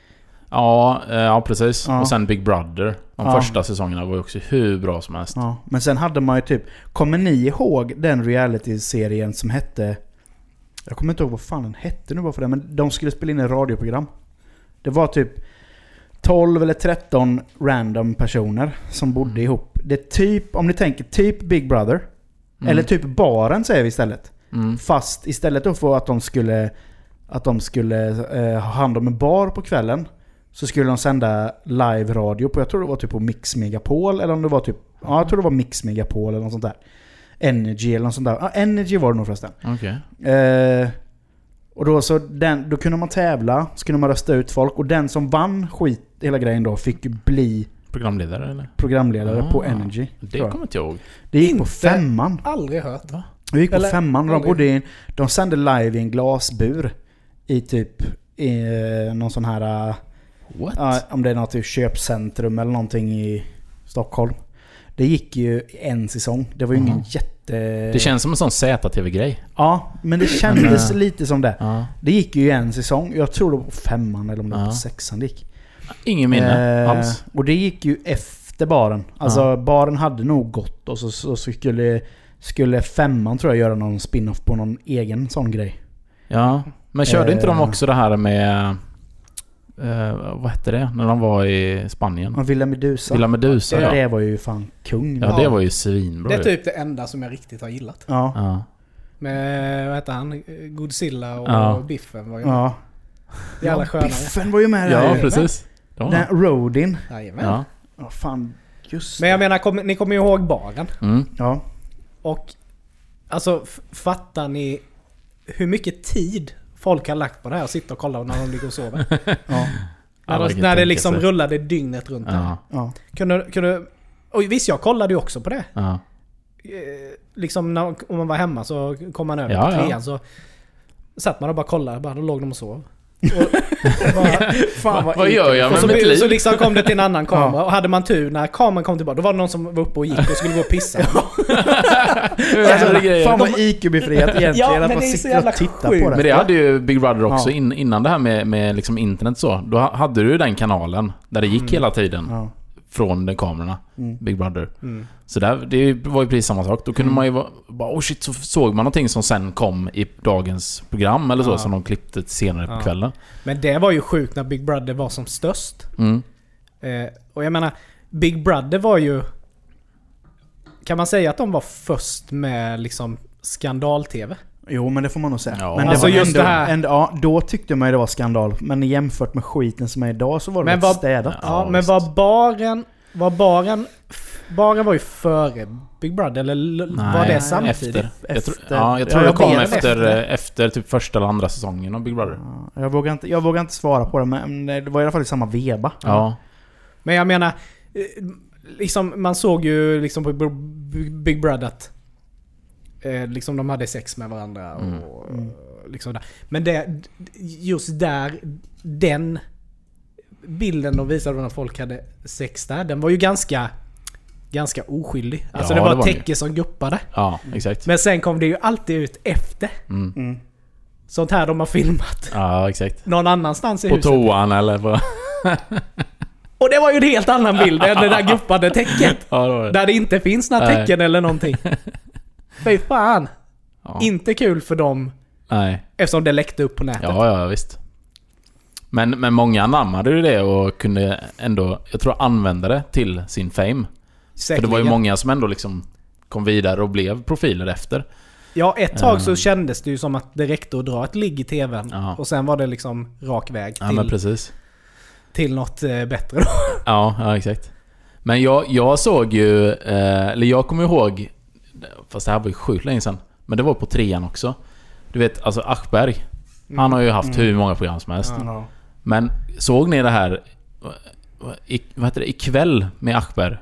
Ja, eh, ja, precis. Ja. Och sen Big Brother. De Ja. första säsongerna var ju också hur bra som helst. Ja. Men sen hade man ju typ... Kommer ni ihåg den reality-serien som hette... Jag kommer inte ihåg vad fan den hette nu bara för det. Men de skulle spela in ett radioprogram. Det var typ tolv eller tretton random personer som bodde Mm. ihop. Det är typ, om ni tänker, typ Big Brother. Mm. Eller typ Baren säger vi istället. Mm. Fast istället då för att de skulle att de skulle eh, ha hand om en bar på kvällen, så skulle de sända live radio på, jag tror det var typ på Mix Megapol, eller om det var typ, ja jag tror det var Mix Megapol eller något sånt där. Energy eller något sånt där. Ja, Energy var det nog förresten. Okej. Eh, och då så den, då kunde man tävla, så kunde man rösta ut folk, och den som vann skit hela grejen då fick ju bli Programledare eller? programledare Ah, på Energy. Det tror jag. kommer inte jag ihåg. Det gick på Inte. femman. Aldrig hört. Va? Vi gick på Eller- femman och de aldrig. bodde i, de sände live i en glasbur i typ i, eh, någon sån här eh, What? ja, om det är något typ köpcentrum eller någonting i Stockholm. Det gick ju i en säsong. Det var ju ingen Mhm. jätte... Det känns som en sån Z T V-grej. Ja, men det kändes Men, lite som det. Ja. Det gick ju i en säsong. Jag tror det var på femman eller om det var Ja. på sexan det gick. Ingen minne Eh, alls. Och det gick ju efter baren. Alltså Ja. baren hade nog gått, och så, så, så skulle, skulle femman tror jag göra någon spin-off på någon egen sån grej. Ja. Men körde inte de Eh. också det här med... Eh, vad hette det? När de var i Spanien? Och Villa Medusa. Villa Medusa, det, ja. det var ju fan kung. Ja, det var ju svinbra. Det är ju. typ det enda som jag riktigt har gillat. Ja. Ja. Med, vad heter han? Godzilla och Ja. Biffen var ju Ja. jävla Ja, skönare. Biffen var ju med Ja, där. precis. Det var Den Rodin. Jajamän. Ja. Ja, fan. Just Men jag det. menar, kom, ni kommer ju ihåg baren. Mm. Ja. Och alltså, f- fattar ni hur mycket tid folk har lagt på det här och sitta och kolla när de ligger och sover? Ja. Ja, när man de, kan när det tänka liksom sig. rullade dygnet runt där. Ja. Ja. Kunde, kunde, och visst, jag kollade ju också på det. Ja. Eh, liksom när, om man var hemma så kom man över Ja, till ja. trean så satt man och bara kollade, bara, då låg de och sov. Och, och bara, Fan Vad gör jag och med så, mitt liv? så liksom kom det till en annan kamera och hade man tur när kameran kom tillbaka, då var det någon som var uppe och gick och skulle gå och pissa. Alltså, det Fan vad I Q-befriat egentligen Ja, men att det man är så sitter och jävla tittar sjukt. på det. Men det hade ju Big Brother också Ja. in, innan det här med, med liksom internet så. Då hade du ju den kanalen där det gick Mm. hela tiden Ja. från den kamerorna. Mm. Big Brother. Mm. Så där, det var ju precis samma sak. Då kunde Mm. man ju vara, bara, oh shit, så såg man någonting som sen kom i dagens program eller så, Ja. som de klippte senare på Ja. kvällen. Men det var ju sjukt när Big Brother var som störst. Mm. Eh, och jag menar, Big Brother var ju... Kan man säga att de var först med liksom skandal-tv? Jo, men det får man nog säga. Ja. Men Alltså det var just ändå, det här- ändå, ja, då tyckte man ju det var skandal. Men jämfört med skiten som är idag så var det Men väl vad- städat. Ja, Ja, men visst. var baren... Var baren... Baren var ju före Big Brother, eller l- var det samtidigt? Efter. Jag tror, Efter. ja, jag tror Ja, det jag kom vet efter, efter. efter. efter typ första eller andra säsongen av Big Brother. Ja, Jag vågar, inte, jag vågar inte svara på det, men det var i alla fall i samma veva. Ja. Men jag menar... eh, Liksom, man såg ju liksom på Big Brother att eh, liksom de hade sex med varandra och Mm. Mm. liksom där. Men det, just där, den bilden de visade när folk hade sex där, den var ju ganska ganska oskyldig. Alltså Ja, det var det var ett det. täcke som guppade. Ja, exakt. Men sen kom det ju alltid ut efter. Mm. Mm. Sånt här de har filmat Ja, exakt. någon annanstans i På huset. toan eller på... Och det var ju en helt annan bild än det där guppade täcket. Ja, det var det. Där det inte finns några Nej. tecken eller någonting. Fy fan. Ja. Inte kul för dem Nej. eftersom det läckte upp på nätet. Ja, ja, visst. Men, men många anammade ju det och kunde ändå, jag tror, använda det till sin fame. För det var ju många som ändå liksom kom vidare och blev profiler efter. Ja, ett tag så Mm. kändes det ju som att det räckte att dra ett ligg i tvn. Ja. Och sen var det liksom rak väg Ja, men till, precis. till något eh, bättre då. Ja, ja, exakt. Men jag, jag såg ju, eh, eller jag kommer ihåg, fast det här var ju sjukt länge sedan, men det var på trean också. Du vet, alltså Aschberg, han har ju haft Mm. hur många program som helst. Ja. Men såg ni det här, i, vad heter det, ikväll med Aschberg?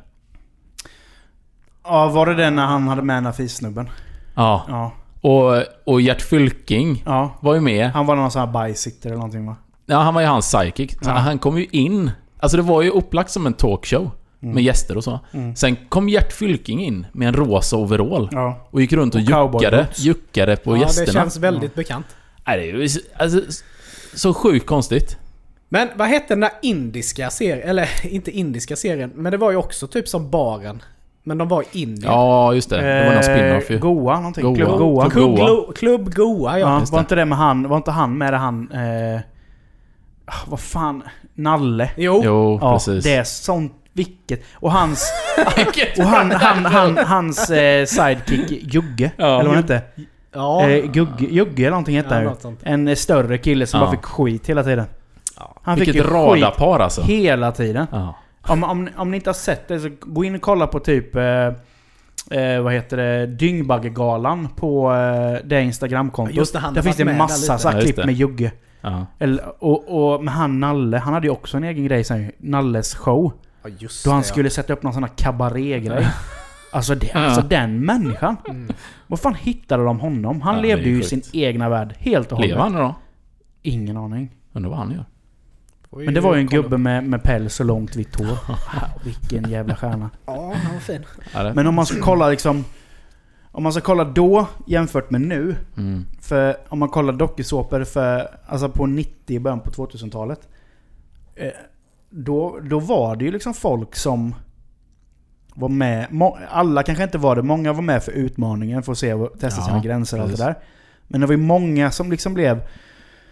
Ja, var det den när han hade med Nafis-snubben? Ja. Ja. Och, och Gert Fylking Ja. var ju med. Han var någon sån här bajsitter eller någonting, va? Ja, han var ju hans psychic. Så Ja. han kom ju in. Alltså det var ju upplagt som en talkshow. Mm. Med gäster och så. Mm. Sen kom Gert Fylking in med en rosa overall. Ja. Och gick runt och, Och juckade, cowboyboots. juckade på Ja, gästerna. det känns väldigt bekant. Nej, det är ju alltså, så sjukt konstigt. Men vad hette den där indiska serien? Eller inte indiska serien, men det var ju också typ som Baren. Men de var i Indien. Ja, just det. Det var någon spin-off ju. Eh, Goa någonting. Goa. Klubb Goa. Klubb Klubb Goa. Goa. Klubb Goa, ja. Ja, just var det. inte det med han, var inte han med det han, eh, ah, vad fan, Nalle? Jo. Jo, Ja, precis. det är sånt, vilket, och hans, och han, han, han, hans eh, sidekick Jugge, Ja. eller vad han hette? Ja. Eh, Gugge, Jugge eller någonting hette Ja, han ju. något sånt. En eh, större kille som Ja. bara fick skit hela tiden. Han fick Vilket ju radarpar alltså. skit hela tiden. Ja. Om, om, om ni inte har sett det så gå in och kolla på typ eh, eh, vad heter det, Dyngbaggegalan på eh, det Instagramkontot. Just det, han där har finns det varit med massa där lite. så här Ja, just klipp det. med Jugge. Ja. Eller, och, och med han Nalle, han hade ju också en egen grej sen, Nalles show. Ja, just Då han det, ja. skulle sätta upp någon sån här kabaré-grej. Alltså, det, Ja. alltså den människan. Mm. Vad fan hittade de honom? Han Ja, det levde är ju i sjukt. sin egna värld helt och hållet. Lever han då? Ingen aning. Undrar vad han gör. Får Men det var ju en kolla gubbe med, med päls och långt vitt hår. Vilken jävla stjärna. upp. Ja, han var fin. Är det? Men om man ska kolla liksom... Om man ska kolla då jämfört med nu. Mm. För om man kollar dokusåpor för... Alltså på nittio, i början på tvåtusentalet. Eh, då, då var det ju liksom folk som... Var med... Må, alla kanske inte var det. Många var med för utmaningen. För att se och testa Ja, sina gränser och allt precis. det där. Men det var ju många som liksom blev...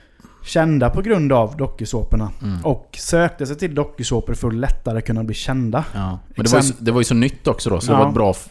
kända på grund av dokusåporna. Mm. Och sökte sig till dokusåpor för att lättare kunna bli kända. Ja. Men det var, ju, det var ju så nytt också då, så ja. det var bra f-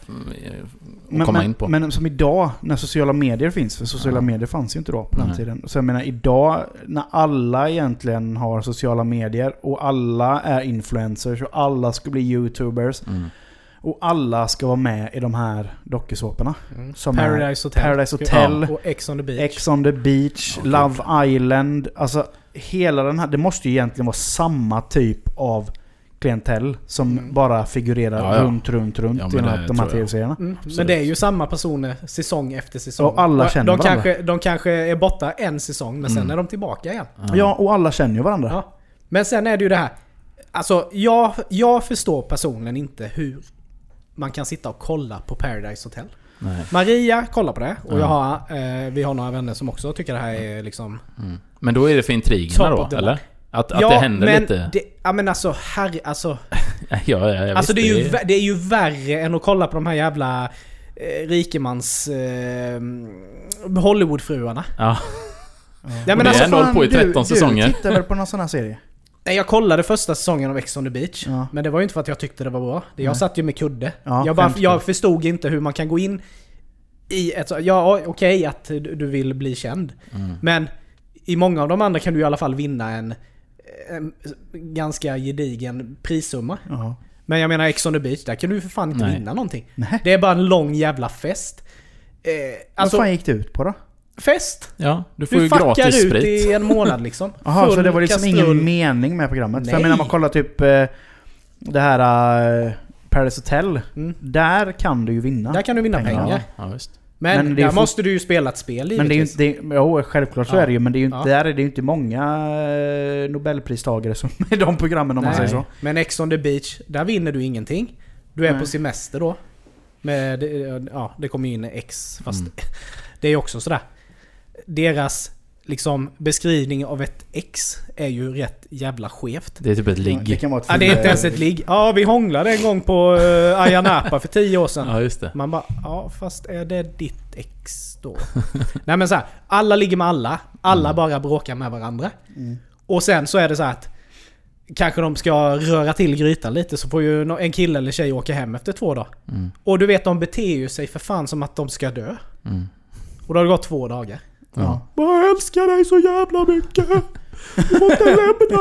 att men, komma men, in på. Men som idag, när sociala medier finns, för sociala Ja. medier fanns ju inte då på den Nej. tiden. Så jag menar, idag när alla egentligen har sociala medier och alla är influencers och alla ska bli YouTubers Mm. och alla ska vara med i de här dokusåporna. Mm. Som Paradise är Hotel. Paradise Hotel, Och Ex on the Beach. Ex on the Beach, Okay. Love Island. Alltså hela den här, det måste ju egentligen vara samma typ av klientell som Mm. bara figurerar Ja, ja. runt, runt, runt Ja, i men de här, det de här tror jag. tv-serierna. Mm. Absolut. Men det är ju samma personer säsong efter säsong. Och alla känner de varandra. kanske, de kanske är borta en säsong, men sen Mm. är de tillbaka igen. Ja. Ja, och alla känner ju varandra. Ja. Men sen är det ju det här. Alltså, jag, jag förstår personligen inte hur man kan sitta och kolla på Paradise Hotel. Nej. Maria kollar på det. Och Ja. jag har, eh, vi har några vänner som också tycker det här är liksom... Mm. Men då är det för intrigerna Top då, of the eller? Att, att ja, det händer men lite... Det, ja men alltså, herre, alltså... ja, ja, jag Alltså det visste är, ju, vä- det är ju värre än att kolla på de här jävla eh, rikemans eh, Hollywoodfruarna. Ja. Nej, det men är alltså, ändå hållit på i tretton du, säsonger. Du tittar väl på någon sån här serie? nej, jag kollade första säsongen av Ex on the Beach. Ja. Men det var ju inte för att jag tyckte det var bra. Det- Jag Nej. satt ju med kudde. Ja, jag, bara, skämt jag kudde. förstod inte hur man kan gå in i ett... så- Ja, okej att du du vill bli känd. Mm. Men i många av de andra kan du i alla fall vinna en, en ganska gedigen prissumma. Ja. Men jag menar Ex on the Beach, där kan du för fan inte Nej. vinna någonting. Nej. Det är bara en lång jävla fest. Eh, alltså, Vad fan gick det ut på då? fest! Ja, du får Du ju fuckar gratis ut sprit. i en månad liksom. Jaha, så Full det var liksom kastrull. ingen mening med programmet? För jag Nej. menar, man kollar typ eh, det här eh, Paradise Hotel. Mm. Där kan du ju vinna. Där kan du vinna pengar. Ja, ja, visst. Men, Men det är där fort- måste du ju spela ett spel Men det är ju givetvis. inte, det, jo, självklart så Ja. är det ju, men det är ju inte, Ja. där är det ju inte många eh, Nobelpristagare som är de programmen om man Nej. säger så. Men Ex on the Beach, där vinner du ingenting. Du är Nej. på semester då. Med, ja, det kommer ju in Ex, fast Mm. det är ju också sådär. Deras liksom beskrivning av ett ex är ju rätt jävla skevt. Det är typ ett Det ligg. kan vara ett Ja, det är inte ens ett ligg. Ja, vi hånglade en gång på uh, Ayia Napa för tio år sedan. Ja, just det. Man bara, ja fast är det ditt ex då? Nej men så här, alla ligger med alla. Alla Mm. bara bråkar med varandra. Mm. Och sen så är det så här att kanske de ska röra till grytan lite, så får ju en kille eller tjej åka hem efter två dagar. Mm. Och du vet, de beter ju sig för fan som att de ska dö. Mm. Och då har det gått två dagar. Ja. Jag älskar dig så jävla mycket. Du måste lämna.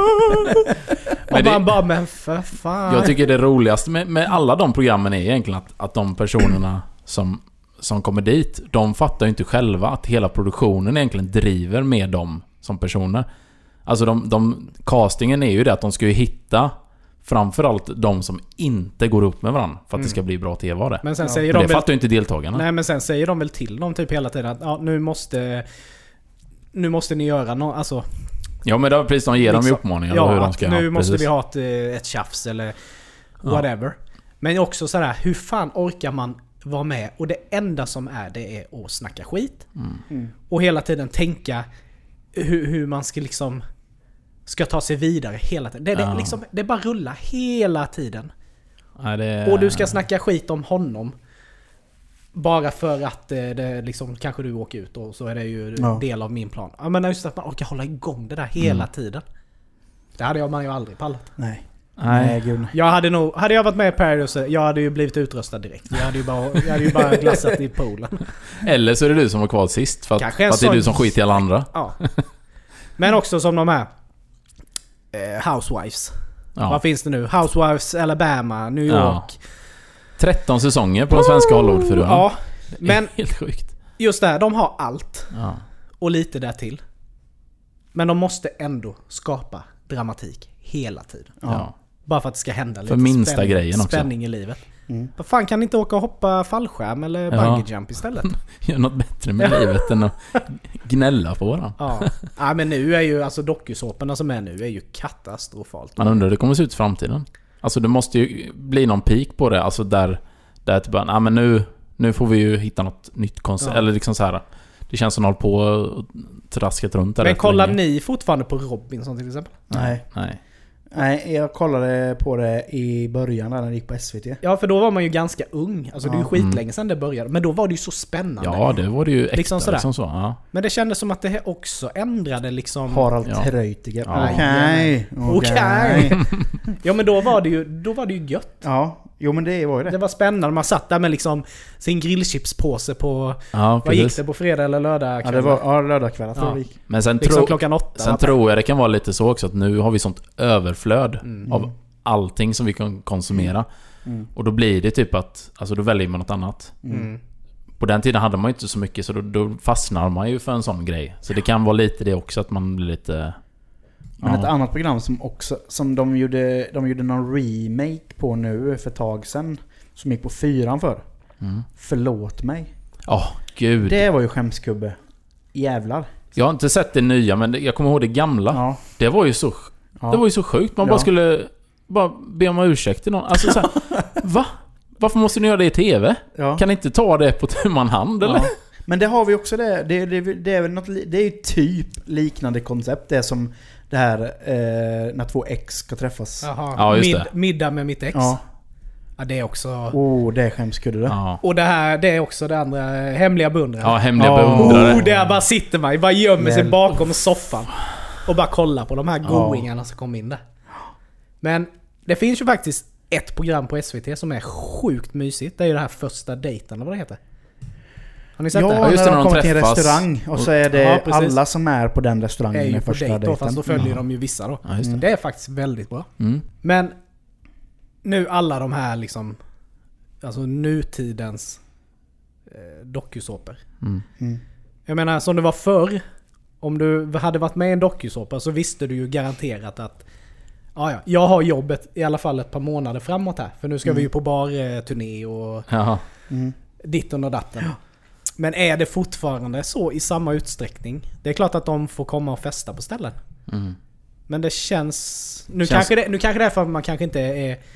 Och Men det- man bara, men för fan. Jag tycker det roligaste med, med alla de programmen är egentligen att, att de personerna som, som kommer dit, de fattar ju inte själva att hela produktionen egentligen driver med dem som personer. Alltså de, de, castingen är ju det att de ska ju hitta framförallt de som inte går upp med varandra för att det ska bli bra tv av det. Men sen Ja. säger Men de det väl, fattar ju inte deltagarna. nej men sen säger de väl till dem typ hela tiden att ja, nu måste nu måste ni göra något, alltså Ja, men det är precis, de ger dem ju liksom, uppmaningar ja, om hur de att ska nu ja, måste precis. vi ha ett, eh, ett tjafs eller Ja. whatever. Men också sådär, hur fan orkar man vara med och det enda som är det är att snacka skit Mm. Mm. och hela tiden tänka hur, hur man ska liksom ska ta sig vidare hela tiden. Det, det, Ja. liksom, det bara rullar hela tiden. Nej, det... Och du ska snacka skit om honom. Bara för att eh, det liksom, kanske du åker ut och så är det ju Ja. del av min plan. Ja, men just att man orkar hålla igång det där hela Mm. tiden. Det hade jag man ju aldrig pallat. Nej. Nej. Nej, gud. Jag hade nog, hade jag varit med i Paradise, jag hade ju blivit utröstad direkt. Jag hade ju bara, jag hade ju bara glassat i poolen. Eller så är det du som var kvar sist för att, Kanske en för att det är sån- du som skiter i alla andra. Ja. Men också som de här eh, Housewives. Ja. Vad finns det nu? Housewives, Alabama, New Ja. York. tretton säsonger på de svenska Hollywoodfruarna. Ja, Det är men helt sjukt. just där, de har allt. Ja. Och lite där till. Men de måste ändå skapa dramatik hela tiden. Ja. Ja. Bara för att det ska hända lite För minsta spänning, grejen också. spänning i livet. Mm. Vad fan, kan ni inte åka och hoppa fallskärm eller Ja. bungee jump istället? Gör något bättre med livet än att gnälla på varandra. Ja. Ja, men nu är ju alltså dokusåporna som är nu är ju katastrofalt. Man undrar hur det kommer se ut i framtiden. Alltså det måste ju bli någon peak på det. Alltså där, där typ bara, ah, men nu, nu får vi ju hitta något nytt koncept. Ja. Eller liksom så här. Det känns som att de håller på och traskat runt där. Men rätt kollar länge. ni fortfarande på Robinson till exempel? Nej. Nej. Nej, jag kollade på det i början när det gick på S V T. Ja, för då var man ju ganska ung. Alltså det är ju Ja. skitlänge sedan det började. Men då var det ju så spännande. Ja, det var det ju äkta, Liksom liksom, sådär. så. Ja. Men det kändes som att det också ändrade liksom... Harald Ja. Treutiger. Ja. Okej. Okej. Ja, men då var det ju, då var det ju gött. Ja, jo men det var ju det. Det var spännande. Man satt där med liksom sin grillchipspåse på... Ja, Vad gick precis. det på fredag eller lördag? Ja, det var ja, lördagkväll. Ja. Ja. Men sen, Liksom tro, klockan åtta. sen tror jag det kan vara lite så också att nu har vi sånt överflöd Mm. av allting som vi kan konsumera. Mm. Och då blir det typ att, alltså då väljer man något annat. Mm. På den tiden hade man ju inte så mycket, så då, då fastnar man ju för en sån grej. Så det kan vara lite det också, att man blir lite... Men ja. ett annat program som också som de gjorde de gjorde någon remake på nu för ett tag sedan som gick på fyran för. Mm. Förlåt mig. Ja, gud. Det var ju skämskubbe. Jävlar. Jag har inte sett det nya, men det, jag kommer ihåg det gamla. Ja. Det var ju så Ja. det var ju så sjukt. Man Ja. bara skulle bara be om ursäkt till någon. Alltså så här, va? Varför måste ni göra det i tv? Ja. Kan ni inte ta det på tu man hand eller? Ja. Men det har vi också det. Det, det, det är väl något, li- det är ju typ liknande koncept. Det är som det här eh, när två ex ska träffas. Jaha. Ja, just Mid, det. middag med mitt ex. Ja. Ja. Det är också... Oh, det är skämskudde det. Ja. Och det här, det är också det andra, hemliga beundrare. Ja, hemliga Ja. beundrare. Oh, där bara sitter man, bara gömmer sig Men- bakom soffan. Och bara kollar på de här Ja. goingarna som kom in där. Men det finns ju faktiskt ett program på S V T som är sjukt mysigt. Det är ju det här första dejten, eller vad det heter. Har ni sett Ja, det? Ja, just när det, de när de kommer till en träffas. restaurang och så är det Ja, precis. alla som är på den Det är restaurangen ju med på första dejt då, dejten. fast då följer Ja. de ju vissa då. Ja, just det. Det är faktiskt väldigt bra. Mm. Men nu alla de här liksom, alltså nutidens eh, dokusåpor. Mm. Mm. Jag menar, som det var förr, om du hade varit med i en dokusåpa så visste du ju garanterat att ja, ja, jag har jobbet i alla fall ett par månader framåt här. För nu ska Mm. vi ju på barturné och Jaha. Mm. ditten och datten. Men är det fortfarande så i samma utsträckning? Det är klart att de får komma och festa på ställen. Mm. Men det känns... Nu, Känns- Kanske, det, nu kanske det är för att man kanske inte är, är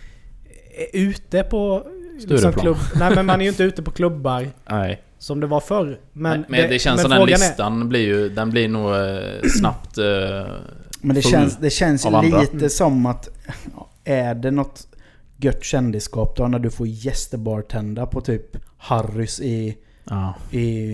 ute på... Stureplan. klubb, nej, men man är ju inte ute på klubbar Nej. som det var förr. Men, Men, men det, känns men som den frågan är- listan blir ju, den blir nog eh, snabbt eh, Men det full känns, det känns av andra. lite som att är det något gött kändisskap då när du får gästebartenda på typ Harrys i, Ja, i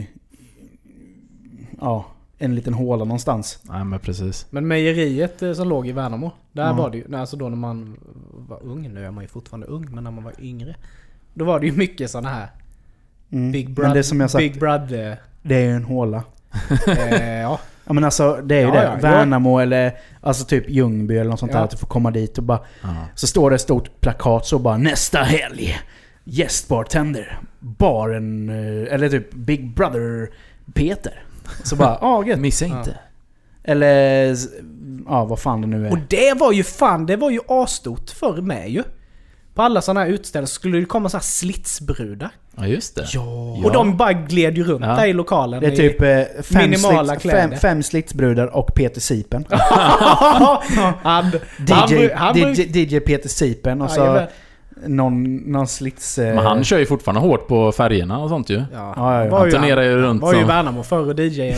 ja, en liten håla någonstans. nej men precis. Men mejeriet eh, som låg i Värnamo, där Ja. var det ju, alltså då när man var ung, nu är man ju fortfarande ung, men när man var yngre, då var det ju mycket sådana här Mm. Big Men Brother, det som jag sagt, Big Brother, det är ju en håla. eh, ja. Ja men alltså det är ju Ja, det. ja, ja. Värnamo eller alltså typ Ljungby eller något sånt Ja. där. Att du får komma dit och bara Ja. så står det ett stort plakat så bara nästa helg gästbartender baren eh, eller typ Big Brother Peter. Så bara ja gött. Missa Ja. inte. Eller ja vad fan det nu är. Och det var ju fan, det var ju asstort förr med ju. På alla sådana här utställningar skulle det komma så här slitsbrudar. Ja, just det. Ja. Och de bara gled ju runt Ja. där i lokalen. Det är typ eh, fem, minimala slits, kläder. fem, fem slitsbrudar och Peter Sipen. han, D J, han, han, D J, D J Peter Sipen och så Jajamän. någon, någon slits... eh, Men han kör ju fortfarande hårt på färgerna och sånt ju. Ja, Ja, ja, ja. var Han ju turnerar ju runt var ju som- Värnamo förr och D J.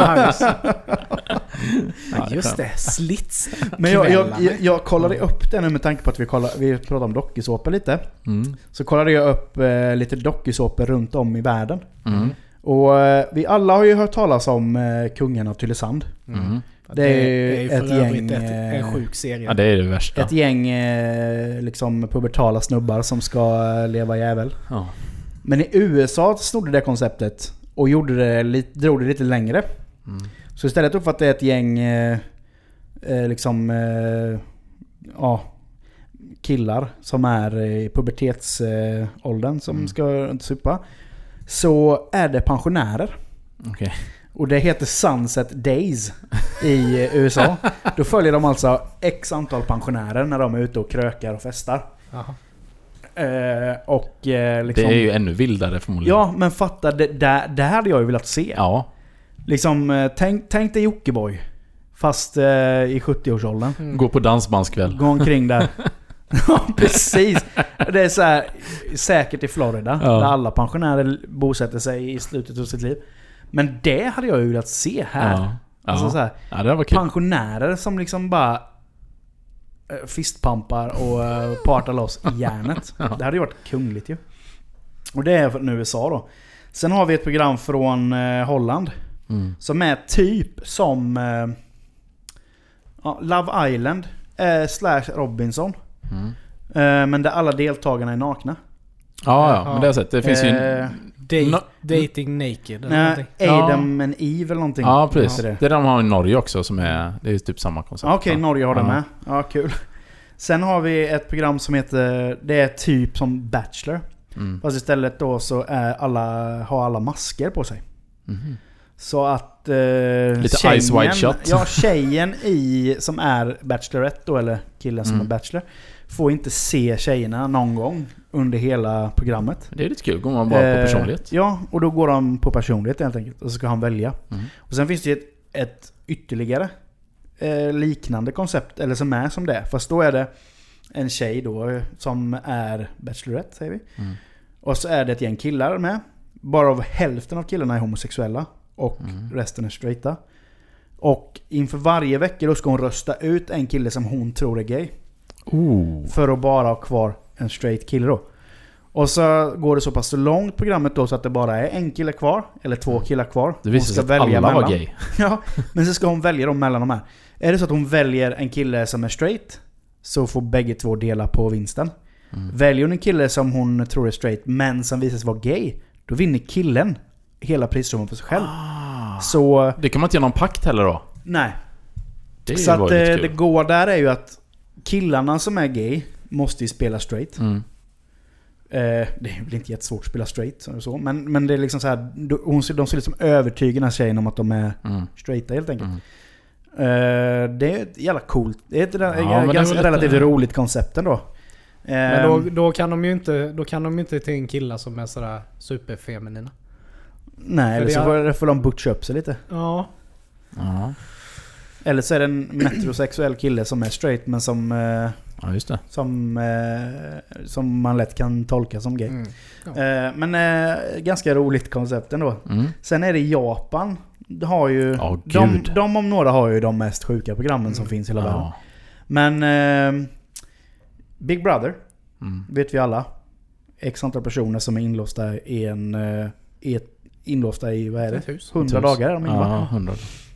Ja, just det, slits. Men jag, jag, kvällarna. jag, jag kollade upp det nu med tanke på att vi, kollar, vi pratade om dokusåpor lite. Mm. Så kollade jag upp eh, lite dokusåpor runt om i världen. Mm. Och eh, vi alla har ju hört talas om eh, Kungen av Tylösand. Mm. Det är ju ett för övrigt gäng, ett, en eh, sjuk serie. Ja, det är det värsta. Ett gäng eh, liksom pubertala snubbar som ska eh, leva jävel. Ja. Men i U S A snodde det konceptet och gjorde det lite, drog det lite längre. Mm. Så istället för att det är ett gäng eh, eh, liksom eh, ja, killar som är i pubertetsåldern eh, som Mm. ska supa, så är det pensionärer. Okej. Och det heter Sunset Days i eh, U S A. Då följer de alltså x antal pensionärer när de är ute och krökar och festar. Jaha. Eh, och eh, liksom, Det är ju ännu vildare förmodligen. ja, men fatta, det, det, det här hade jag ju velat se. Ja. Liksom, eh, tänk, tänk dig Jockiboi. Fast eh, i sjuttio-årsåldern. Mm. Gå på dansbandskväll. Gå omkring där. Ja, precis. Det är så här, säkert i Florida. Ja. Där alla pensionärer bosätter sig i slutet av sitt liv. Men det hade jag ju velat se här. Ja. Alltså Ja. så här, Ja, det var kul. pensionärer som liksom bara fistpampar och uh, partar loss i järnet. Det hade ju varit kungligt ju. Och det är från U S A då. Sen har vi ett program från uh, Holland. Mm. Som är typ som uh, uh, Love Island uh, slash Robinson. Mm. Uh, men där alla deltagarna är nakna. Ja, ja, men det har jag sett. Det finns uh, ju... Date, no, dating naked eller nej, Adam ja. and Eve eller någonting. Ja, precis. Det. det är de har i Norge också som är... Det är typ samma koncept. Okej, okay, Norge har ja. det med. Ja, kul. Sen har vi ett program som heter... Det är typ som Bachelor. Mm. Fast istället då så är alla, har alla masker på sig. Mm. Så att... Eh, Lite tjejen, Ice White Shot. Ja, tjejen i, som är Bachelorette då, eller killen som mm. är Bachelor, får inte se tjejerna någon gång under hela programmet. Det är lite kul, går man bara eh, på personlighet. Ja, och då går de på personlighet helt enkelt. Och så ska han välja. Mm. Och sen finns det ett, ett ytterligare eh, liknande koncept, eller som är som det. Fast då är det en tjej då som är Bachelorette, säger vi. Mm. Och så är det ett gäng killar med. Bara av hälften av killarna är homosexuella. Och mm. resten är straighta. Och inför varje vecka då ska hon rösta ut en kille som hon tror är gay. Oh. För att bara ha kvar en straight kille då. Och så går det så pass långt programmet då så att det bara är en kille kvar. Eller två killar kvar. Det visar sig att välja alla var gay. Ja, men så ska hon välja dem mellan de här. Är det så att hon väljer en kille som är straight, så får bägge två dela på vinsten. Mm. Väljer hon en kille som hon tror är straight men som visar sig vara gay, då vinner killen hela prissumman för sig själv. Ah. Så det kan man inte göra någon pakt heller då? Nej. Det så att det, det går där är ju att killarna som är gay måste ju spela straight. Mm. Eh, det är väl inte jättesvårt att spela straight så, men, men det är liksom så här, de, de ser liksom övertyga den här tjejen om att de är mm. straighta helt enkelt. Mm. Eh, det är ett jävla coolt. Det är ett ja, ganska relativt lite... roligt koncept ändå. Men då, då kan de ju inte då kan de ju inte till en killa som är sådär superfeminina. Nej, eller så får, är... får de butcha upp sig lite. Ja. Ja. Eller så är det en metrosexuell kille som är straight men som ja, just det. Som eh, som man lätt kan tolka som gay. Mm. Ja. Eh, men eh, ganska roligt koncept ändå. Mm. Sen är det Japan. De har ju oh, de, de om några har ju de mest sjuka programmen mm. som finns i hela världen. Ja. Men eh, Big Brother mm. vet vi alla. X antal personer som är inlåsta i en i ett inlåsta i vad är det? hundra dagar om ja, hundra.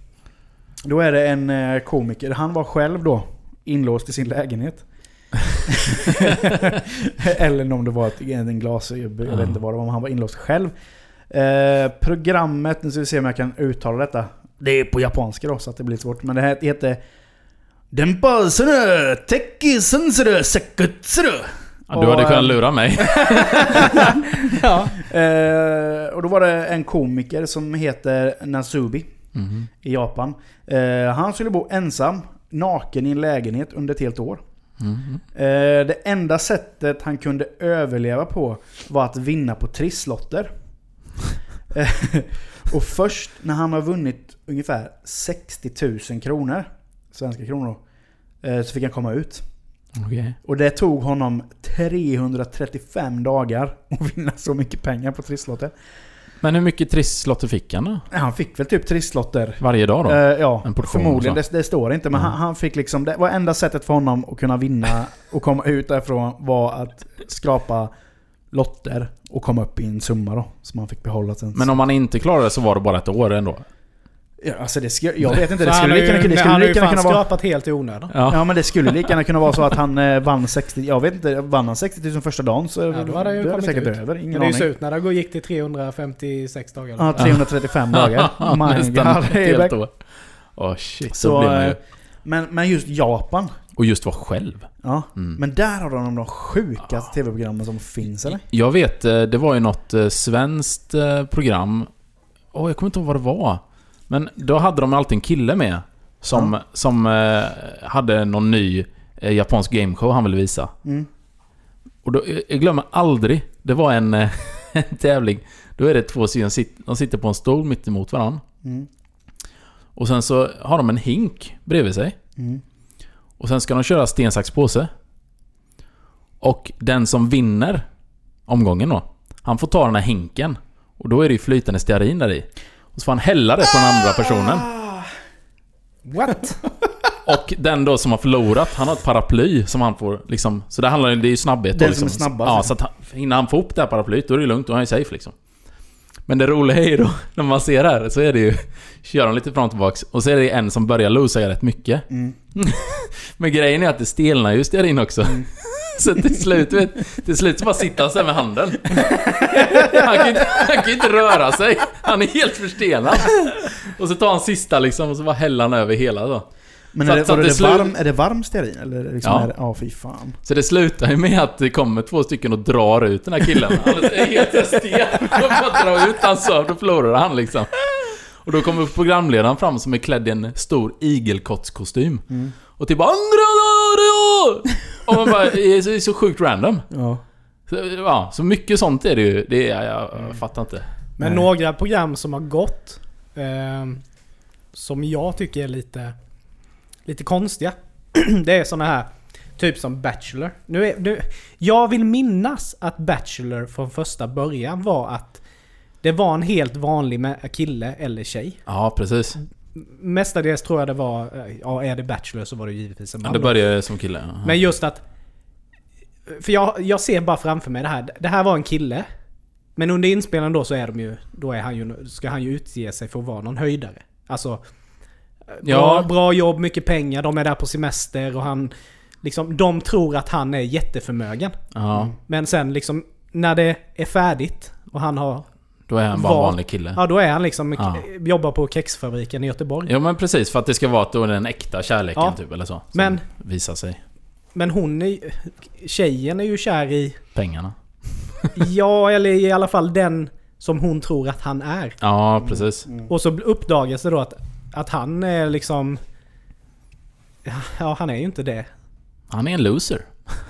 Då är det en komiker. Han var själv då inlåst i sin lägenhet. Eller om det var ett, en glas, jag vet mm. inte vad det var, men han var inlåst själv. Eh, programmet, nu ska vi se om jag kan uttala detta. Det är på japanska då så att det blir svårt, men det här heter Denpasunu Tekki-sensuru Sekutsuru. Ja, du hade kunnat lura mig. Ja. Eh, och då var det en komiker som heter Nasubi mm. i Japan. Eh, han skulle bo ensam, naken i en lägenhet under ett helt år. Mm. Eh, det enda sättet han kunde överleva på var att vinna på trisslotter. Och först när han har vunnit ungefär sextio tusen kronor, svenska kronor, eh, så fick han komma ut. Okay. Och det tog honom trehundratrettiofem dagar att vinna så mycket pengar på trisslotter. Men hur mycket trisslotter fick han då? Han fick väl typ trisslotter varje dag då? Uh, ja, förmodligen. Det, det står inte. Men mm. han, han fick liksom, det var enda sättet för honom att kunna vinna och komma ut därifrån var att skrapa lotter och komma upp i en summa då, som han fick behålla sen. Men om man inte klarade det så var det bara ett år ändå? Ja, alltså det skulle, jag vet inte, det skulle lika gärna kunna, det skulle kunna vara skrapat helt i onödan. Ja. ja, men det skulle lika gärna kunna vara så att han eh, vann sextio, jag vet inte, vann han sextio tusen första dagen så ja, då var det ju det säkert ut. Över, ingen men det är ju slut när det gick till trehundrafemtiosex dagar. Ja, trehundratrettiofem dagar. Nästan helt år. Åh oh, shit, så, så blir man ju... men, men just Japan. Och just vara själv. Ja, mm. men där har de de sjukaste ja. tv-programmen som finns, eller? Jag vet, det var ju något svenskt program. Åh, oh, jag kommer inte ihåg vad det var. Men då hade de alltid en kille med som, mm. som eh, hade någon ny eh, japansk gameshow han ville visa. Mm. Och då, jag glömmer aldrig, det var en, eh, en tävling. Då är det två sidan, de sitter på en stol mitt emot varandra. Mm. Och sen så har de en hink bredvid sig. Mm. Och sen ska de köra sten, sax, påse. Och den som vinner omgången då, han får ta den här hinken. Och då är det ju flytande stearin där i. Och så får han hälla det på den andra personen. What? Och den då som har förlorat, han har ett paraply som han får liksom, så det handlar det är ju snabbhet Den då, liksom. som är snabbast. Ja, så att han, innan han får upp det här paraplyt, då är det lugnt, då är han ju safe liksom. Men det roliga är ju då, när man ser det här, så är det ju, kör de lite fram och tillbaks, och så är det en som börjar losa rätt mycket. Mm. Men grejen är att det stelnar just där in också. Mm. Så till slut, vet, till slut så bara sitter han så här med handen. Han kan, inte, han kan inte röra sig. Han är helt förstenad. Och så tar han sista liksom, och så bara häller han över hela då. Men så är, det, att, så är, det det slu- varm, är det varm stearin? Eller liksom ja. Är det, ja, fy fan. Så det slutar ju med att det kommer två stycken och drar ut den här killen. Han är helt stel. De bara drar ut han så, då förlorar han liksom. Och då kommer programledaren fram som är klädd i en stor igelkottskostym. Mm. Och typ bara... Och man bara, det är så, det är så sjukt random. Ja. Så, ja, så mycket sånt är det ju. Det är, jag, jag fattar inte. Men Nej. några program som har gått eh, som jag tycker är lite lite konstiga. Det är såna här typ som Bachelor. Nu är, nu, jag vill minnas att Bachelor från första början var att det var en helt vanlig kille eller tjej. Ja, precis. Mestadels tror jag det var, ja, är det Bachelor så var det givetvis en man. Ja, det började som kille. Ja. Men just att, för jag, jag ser bara framför mig det här. Det här var en kille. Men under inspelningen då så är de ju, då är han ju, ska han ju utge sig för att vara någon höjdare. Alltså, ja. bra, bra jobb, mycket pengar, de är där på semester och han, liksom, de tror att han är jätteförmögen. Ja. Men sen liksom, när det är färdigt och han har... Då är han bara en vanlig kille. Ja, då är han liksom, ja. jobbar på kexfabriken i Göteborg. Ja, men precis, för att det ska vara att då är den äkta kärleken ja. typ, eller så. Men, visar sig. Men hon är, tjejen är ju kär i... Pengarna. Ja, eller i alla fall den som hon tror att han är. Ja, precis. Mm. Och så uppdagas det då att, att han är liksom... Ja, han är ju inte det. Han är en loser.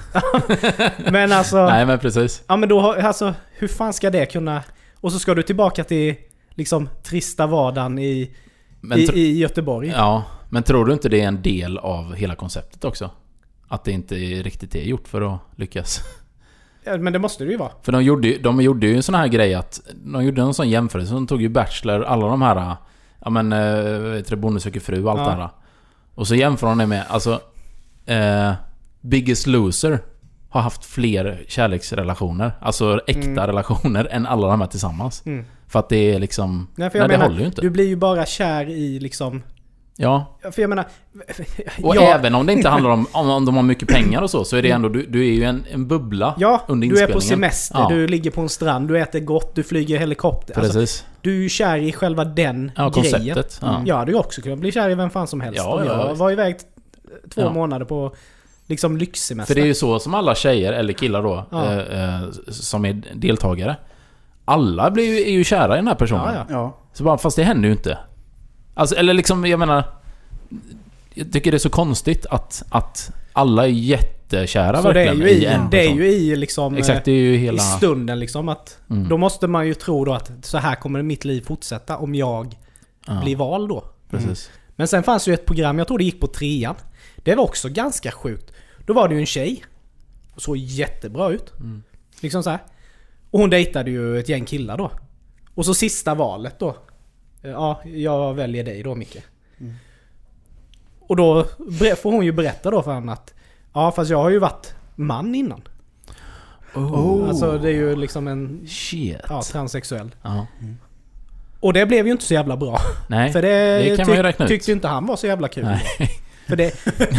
Men alltså... Nej, men precis. Ja, men då, alltså, hur fan ska det kunna... Och så ska du tillbaka till liksom trista vardagen i, men i, tro- i Göteborg. Ja, men tror du inte det är en del av hela konceptet också? Att det inte riktigt är gjort för att lyckas. Ja, men det måste det ju vara. För de gjorde, de gjorde ju en sån här grej att de gjorde en sån jämförelse. De tog ju Bachelor, alla de här, ja men, vet du, Bonde söker fru, allt ja. det här. Och så jämför de det med, alltså, eh, Biggest Loser har haft fler kärleksrelationer, alltså äkta mm. relationer än alla de här tillsammans. Mm. För att det är liksom, nej, för jag nej, menar, det håller ju inte. Du blir ju bara kär i liksom... Ja. För jag menar... Och jag... även om det inte handlar om om de har mycket pengar och så, så är det ändå, du, du är ju en, en bubbla ja, under inspelningen. Du är på semester, ja. Du ligger på en strand, du äter gott, du flyger helikopter. Precis. Alltså, du är ju kär i själva den ja, grejen. Konceptet. Ja. Ja, du också kunnat bli kär i vem fan som helst. Ja, ja, jag var iväg två ja. månader på liksom lyxsemester. För det är ju så som alla tjejer, eller killar då, ja. eh, som är deltagare. Alla blir ju, är ju kära i den här personen. Ja, ja. Så bara, fast det händer ju inte. Alltså, eller liksom, jag menar... Jag tycker det är så konstigt att, att alla är jättekära så verkligen det är ju i, i en det är person. ju i liksom... Exakt, det är ju hela... I stunden liksom att... Mm. Då måste man ju tro då att så här kommer mitt liv fortsätta om jag ja. blir vald då. Precis. Mm. Men sen fanns ju ett program, jag tror det gick på trean. Det var också ganska sjukt. Då var det ju en tjej. Och såg jättebra ut. Mm. Liksom så här. Och hon dejtade ju ett gäng killar då. Och så sista valet då. Ja, jag väljer dig då, Micke. Mm. Och då får hon ju berätta då för honom att ja, fast jag har ju varit man innan. Oh. Alltså det är ju liksom en shit. Ja, transsexuell. Ja. Mm. Och det blev ju inte så jävla bra. Nej, för det, det kan ty- man ju räkna ut. Tyckte ju inte han var så jävla kul. Nej. För det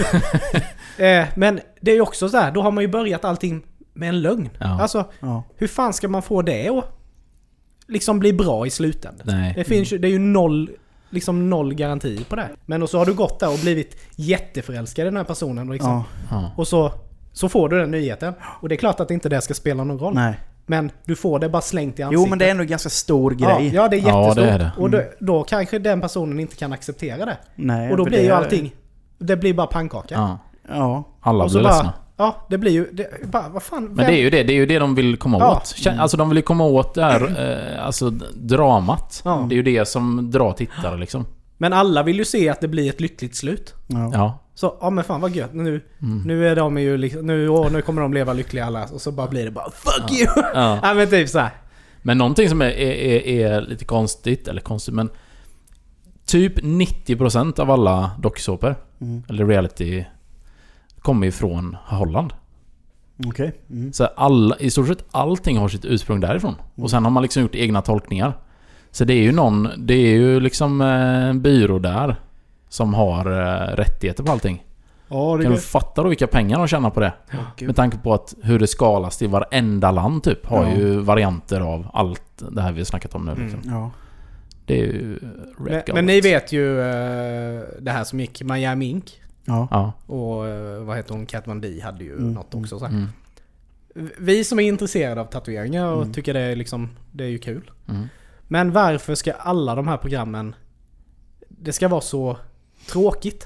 eh, men det är ju också så här, då har man ju börjat allting med en lögn. Ja. Alltså, ja. hur fan ska man få det att liksom bli bra i slutändan? Nej. Det finns ju, det är ju noll liksom noll garanti på det. Men och så har du gått där och blivit jätteförälskad i den här personen och liksom, ja. och så så får du den nyheten. Och det är klart att inte det ska spela någon roll. Nej. Men du får det bara slängt i ansiktet. Jo, men det är ändå en ganska stor grej. Ja, ja det är jättestort. Ja, det är det. Och då, då kanske den personen inte kan acceptera det. Nej, och då för blir det ju är- allting... Det blir bara pannkaka. Ja. Ja. Alla och så blir bara, ledsna. ja, det blir ju... Det, bara, vad fan... Men det är ju det, det är ju det de vill komma Ja. åt. Kän- Alltså de vill ju komma åt det här, eh, alltså dramat. Ja. Det är ju det som drar tittare liksom. Men alla vill ju se att det blir ett lyckligt slut. Ja. Ja. Så, ja men fan vad gött. Nu, Mm. nu är de ju liksom... Nu, åh, nu kommer de leva lyckliga alla. Och så bara blir det bara fuck you! Ja. Ja men typ så här. Men någonting som är, är, är, är lite konstigt, eller konstigt, men typ nittio procent av alla dokusåpor Mm. eller reality, kommer ju från Holland. Okej. Okay. Mm. Så alla, i stort sett allting har sitt ursprung därifrån. Mm. Och sen har man liksom gjort egna tolkningar. Så det är ju någon, det är ju liksom en byrå där som har rättigheter på allting. Ja, det kan är du fatta då vilka pengar de tjänar på det? Ja, med tanke på att hur det skalas i varenda land typ har ja. ju varianter av allt det här vi har snackat om nu. Liksom. Mm. Ja. Det är ju men, men ni vet ju uh, det här som gick Miami Ink. Ja. Ja. Och uh, vad heter hon? Kat Von D hade ju Mm. något också. Så. Mm. Vi som är intresserade av tatueringar och Mm. tycker det är, liksom, det är ju kul. Mm. Men varför ska alla de här programmen, det ska vara så tråkigt?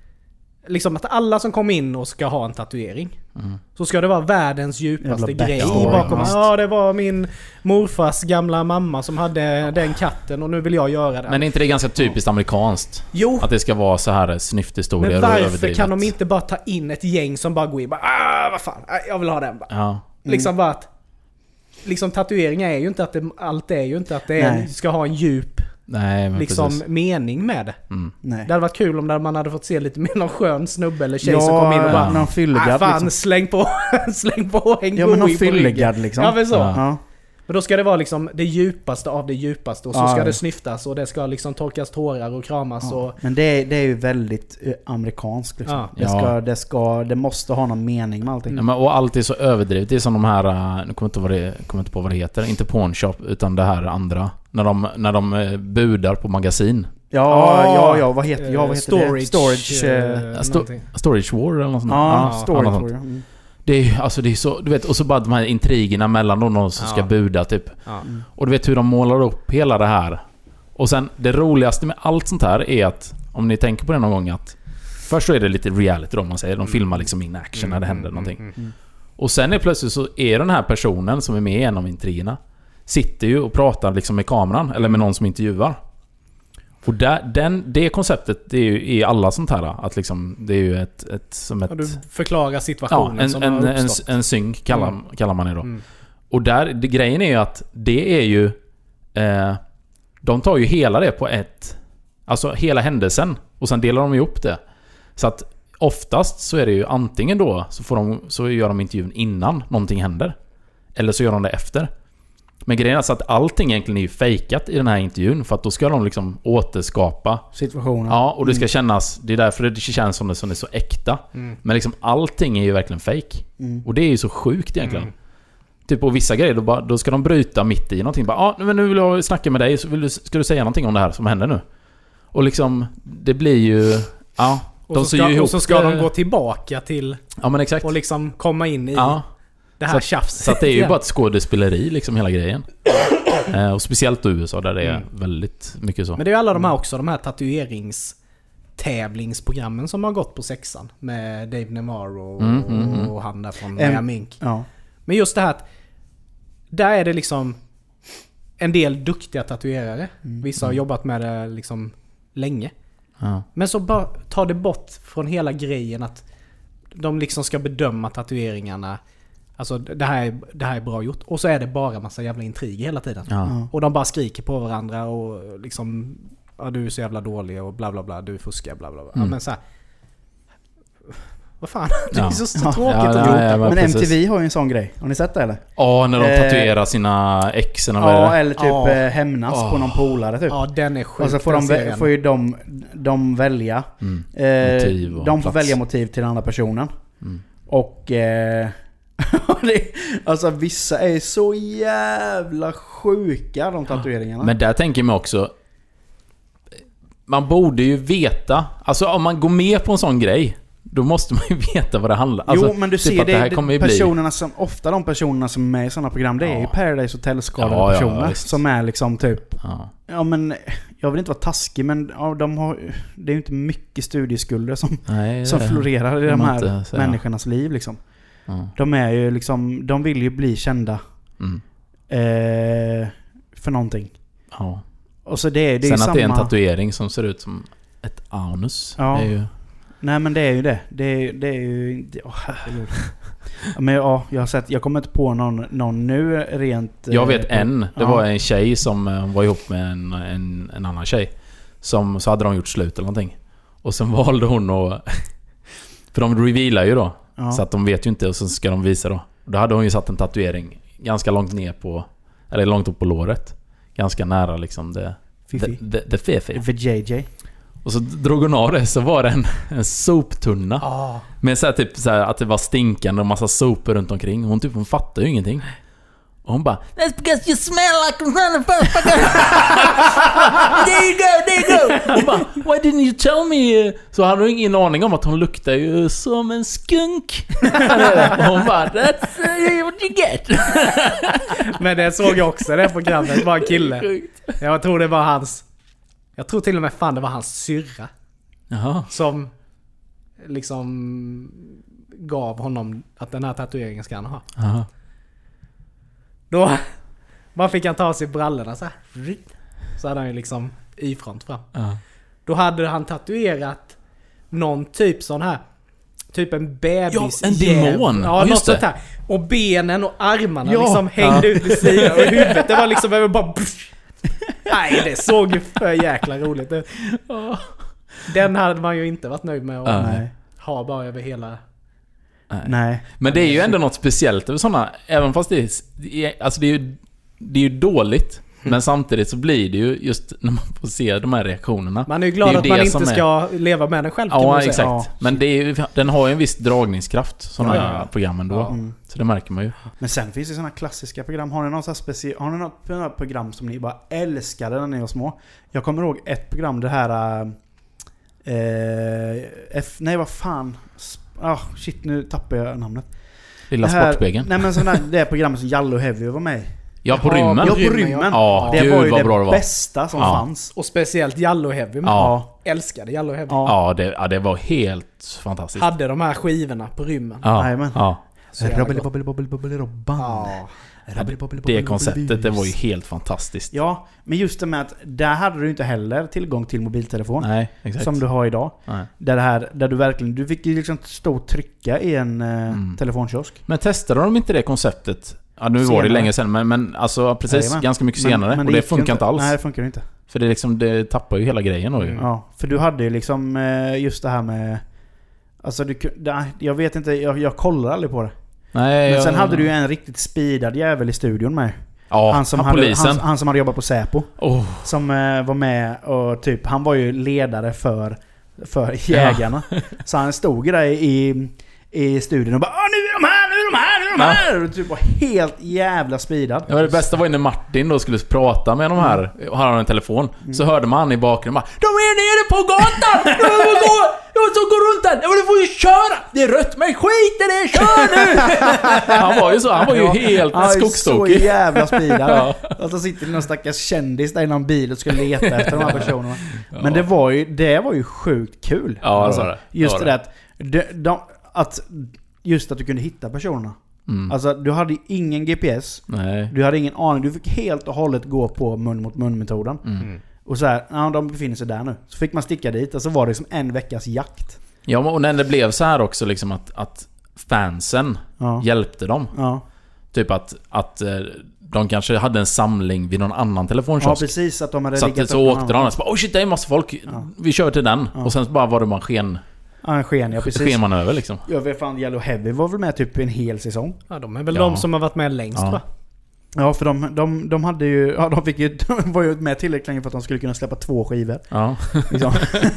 Liksom att alla som kommer in och ska ha en tatuering, Mm. så ska det vara världens djupaste Jävla grej backstory. bakom. Ja. Ja, det var min morfars gamla mamma som hade den katten och nu vill jag göra den. Men är inte det ganska typiskt amerikanskt? Jo, Att det ska vara så här snyfthistorier men och varför överdrivet. kan de inte bara ta in ett gäng som bara går in och bara, ah, vad fan, jag vill ha den bara. Ja. Liksom bara att, liksom tatueringar är ju inte att det, allt är ju inte att det är, Nej. ska ha en djup Nej, men liksom precis. mening med det. Mm. Nej. Det hade varit kul om man hade fått se lite mer någon skön snubbe eller tjej Ja, som kom in och bara, någon fyllegad ah, fan, liksom. släng på, släng på en Ja, men någon Bowie på ryggen. fyllegad liksom. Ja, men så. Ja. Ja. Men då ska det vara liksom det djupaste av det djupaste och så Ja, ska ja. det snyftas och det ska liksom torkas tårar och kramas Ja. och... Men det är, det är ju väldigt eh, amerikanskt liksom. Ja. Det, ska, Ja. det, ska, det måste ha någon mening med allting. Ja, men, och allt är så överdrivet. Det är som de här, uh, nu kommer jag inte, vad det, kommer inte på vad det heter, inte Pornshop utan det här andra. När de, när de uh, budar på magasin. Ja, Ah, ja, ja, vad heter, ja, vad heter storage, det? Storage. eh, eh, sto- någonting. Storage War eller något sånt. ja, Ja, storage. annat sånt. War, ja. Mm. Det är ju, alltså det är så, du vet, och så bara de här intrigerna mellan de någon som Ja. ska buda typ. Ja. Och du vet hur de målar upp hela det här. Och sen, det roligaste med allt sånt här är att, om ni tänker på det någon gång, att först så är det lite reality då, man säger. De filmar liksom in action när det händer någonting. Mm, mm, Och sen är plötsligt så är den här personen som är med i en av intrigerna, sitter ju och pratar liksom med kameran, eller med någon som intervjuar. Och där, den, det konceptet, det är ju i alla sånt här, att liksom, det är ju ett, ett som ett... Och du förklarar Ja, situationen en, som en, har en, uppstått. en synk kallar, Mm. kallar man det då. Mm. Och där, det, grejen är ju att det är ju... Eh, de tar ju hela det på ett... Alltså hela händelsen. Och sen delar de ju upp det. Så att oftast så är det ju antingen då så, får de, så gör de intervjun innan någonting händer. Eller så gör de det efter. Men grejen är alltså att allting egentligen är ju fejkat i den här intervjun. För att då ska de liksom återskapa. Situationen. Ja, och det ska kännas... Det är därför det känns som det, som det är så äkta. Mm. Men liksom allting är ju verkligen fake. Mm. Och det är ju så sjukt egentligen. Mm. Typ på vissa grejer, då, bara, då ska de bryta mitt i någonting. Ja, ah, men nu vill jag snacka med dig. Så vill du, ska du säga någonting om det här som händer nu? Och liksom, det blir ju... Ja, Och, de så syr ska, ju ihop och så ska det. de gå tillbaka till Ja, men exakt. och liksom komma in i Ja, det här så- tjafset. så att det är ju igen. bara ett skådespeleri liksom hela grejen. eh, och speciellt i U S A där det är Mm. väldigt mycket så. Men det är ju alla de här också, de här tatueringstävlingsprogrammen som har gått på sexan. Med Dave Navarro och, Mm, mm, mm. och han där från Em- Miami Ink. Ja. Men just det här att där är det liksom en del duktiga tatuerare. Mm. Vissa har jobbat med det liksom länge. Ja. Men så bara tar det bort från hela grejen att de liksom ska bedöma tatueringarna. Alltså det här, är, det här är bra gjort. Och så är det bara massa jävla intriger hela tiden. Ja. Ja. Och de bara skriker på varandra och liksom, ja, du är så jävla dålig och bla bla bla, du fuskar bla bla bla. Ja, Mm. men så här, vad fan, det är Ja. så, så Ja. tråkigt Ja, att ja, rota ja, på. Men precis. M T V har ju en sån grej. Har ni sett det eller? Ja, när de Eh, tatuerar sina ex eller vad Ja, är det? eller typ Ja. eh, hämnas Oh. på någon polare typ. Ja, den är sjuk. Och så får, den de, serien. får ju de, de välja. Mm. Eh, Motiv och de får plats. välja motiv till den andra personen. Mm. Och... Eh, det, alltså vissa är så jävla sjuka, de tatueringarna. Men där tänker man också, man borde ju veta, alltså om man går med på en sån grej, då måste man ju veta vad det handlar om. Alltså, jo, men du typ ser att det, det här det kommer ju bli... personerna som, ofta de personerna som är med i sådana program, det är Ja. ju Paradise Hotel-skadade Ja, ja, personer. visst. Som är liksom typ, Ja. ja men, jag vill inte vara taskig, men ja, de har, det är ju inte mycket studieskulder som, Nej, som det- florerar i kan de man här inte säga. människornas liv liksom. Ja. De är ju liksom, de vill ju bli kända Mm. eh, för någonting. Ja. Och så det, det är Sen ju att samma... det är en tatuering som ser ut som ett anus. Ja. Är ju... Nej men det är ju det. Det är, det är ju inte... Åh herregud. Ja, men ja, jag har sett... Jag kommer inte på någon, någon nu rent... Jag vet eh, en. Det ja. var en tjej som eh, var ihop med en, en, en annan tjej. Som, så hade de gjort slut eller någonting. Och sen valde hon att... För de revealar ju då. Ja. Så att de vet ju inte och så ska de visa då. Då hade hon ju satt en tatuering ganska långt ner på... Eller långt upp på låret. Ganska nära liksom det... Fifi. Det, det, det fefi. För J J. Och så drog hon av det, så var det en, en soptunna. Ah. Med så här, typ så här, att det var stinkande och massa sopor runt omkring. Hon typ hon fattade ju ingenting. Och hon bara, that's because you smell like a motherfucker. There you go, there you go. Hon bara, why didn't you tell me? Så hade hon ingen aning om att hon luktar ju som en skunk. Och hon bara, that's uh, what you get. Men det såg jag också, det programmet. Det var en kille. Jag tror det var hans... Jag tror till och med fan det var hans syrra. Jaha. Som liksom gav honom att den här tatueringen ska han ha. Aha. Då bara fick han ta sig brallorna så här. Så hade han ju liksom Y-front fram. Ja. Då hade han tatuerat någon typ sån här, typ en bebis. Ja, en demon. Ja, Ja, något just sånt det. här. Och benen och armarna Ja. liksom hängde ut vid sidan. Och huvudet, det var liksom över bara... Nej, det såg ju för jäkla roligt ut. Den hade man ju inte varit nöjd med att Ja. Nej. ha bara över hela... Nej. Nej. Men det är ju ändå något speciellt över sådana, även fast det är, det är alltså det är ju, det är ju dåligt, Mm. men samtidigt så blir det ju just när man får se de här reaktionerna. Man är ju Det glad är ju att det man som inte är- ska leva med den själv, kan Ja, man säga. exakt. Ja. Men det är ju, den har ju en viss dragningskraft, sådana Ja, här ja. program ändå. Ja. Mm. Så det märker man ju. Men sen finns det sådana klassiska program. Har ni något så här specie- har ni något något program som ni bara älskade när ni var små? Jag kommer ihåg ett program, det här... Eh, F, nej, vad fan. Sp- Ah, shit, nu tappar jag namnet. Lilla Det här- Sportspegeln. Nej, men sådana, det programmet som Jallo Heavy var med i. Ja, på Ja, rymmen. Ja, på Rymmen, rymmen. Ja, det gud var ju vad det, bra det var. bästa som Ja. fanns. Och speciellt Jallo Heavy. Ja. Älskade Jallo Heavy. Ja. Ja, det, ja, det var helt fantastiskt. Hade de här skivorna på rymmen. Ja, Jajamän. ja. Så jävla Robbeli gott. bobbeli bobbeli bobbeli robban. Ja. Robbeli bobbeli Det bobbeli konceptet, bobbeli det var ju bus. helt fantastiskt. Ja, men just det med att där hade du inte heller tillgång till mobiltelefon. Nej, exakt. Som du har idag. Nej. Där, det här, där du verkligen, du fick ju liksom stå och trycka i en eh, Mm. telefonkiosk. Men testade de inte det konceptet? Ja, nu var det Senare. länge sedan, men, men alltså precis, Jajamän. ganska mycket Men- senare. men och det gick ju funkar inte alls. Nej, det funkar inte. För det, är liksom, det tappar ju hela grejen då ju. Mm. Ja, för du hade ju liksom eh, just det här med... Alltså du kunde... Jag vet inte, jag, jag kollar aldrig på det. Nej, Men jag- sen hade du ju en riktigt speedad jävel i studion med. Ja, han, som han, hade, polisen. han, han som hade jobbat på Säpo. Oh, Som eh, var med och typ... Han var ju ledare för, för jägarna. Så han stod ju där i, i studion och bara Åh, nu är de här, nu är de här, nu är de här! Och typ var helt jävla speedad. ja, det bästa var ju när Martin då skulle prata med de här och han hade en telefon. Så hörde man han i bakgrunden bara de är nere på gatan! De får gå, de får gå runt den! Ja, men du får ju köra! Det är rött, men skit i det, kör nu! Han var ju så, han var ju Ja, helt han var ju så skogstokig. jävla speedad. Ja. Och så sitter det någon stackars kändis där i någon bil och ska leta efter de här personerna. Men det var ju, det var ju sjukt kul. Ja, det alltså, var det. Det Just var det, att, de, de, att just att du kunde hitta personerna. Mm. Alltså du hade ingen G P S. Nej. Du hade ingen aning. Du fick helt och hållet gå på mun mot mun metoden. Mm. Och så här, ja, de befinner sig där nu. Så fick man sticka dit och så var det som en veckas jakt. Ja, och när det blev så här också liksom att, att fansen Ja. hjälpte dem. Ja. Typ att, att eh, de kanske hade en samling vid någon annan Ja, telefonkiosk. precis. Att de hade så att riggat det så upp åkte de och så bara, oh shit, det är en massa folk. Ja. Vi kör till den. Ja. Och sen så bara var det bara sken, Ja, en sken, ja, precis. skenmanöver liksom. Jag vet fan, Yellow Heavy var väl med typ en hel säsong. Ja, de är väl Ja. de som har varit med längst, Ja. va? Ja, för de, de, de hade ju... Ja, de fick ju... De var ju med tillräckligt länge för att de skulle kunna släppa två skivor. Ja. Liksom.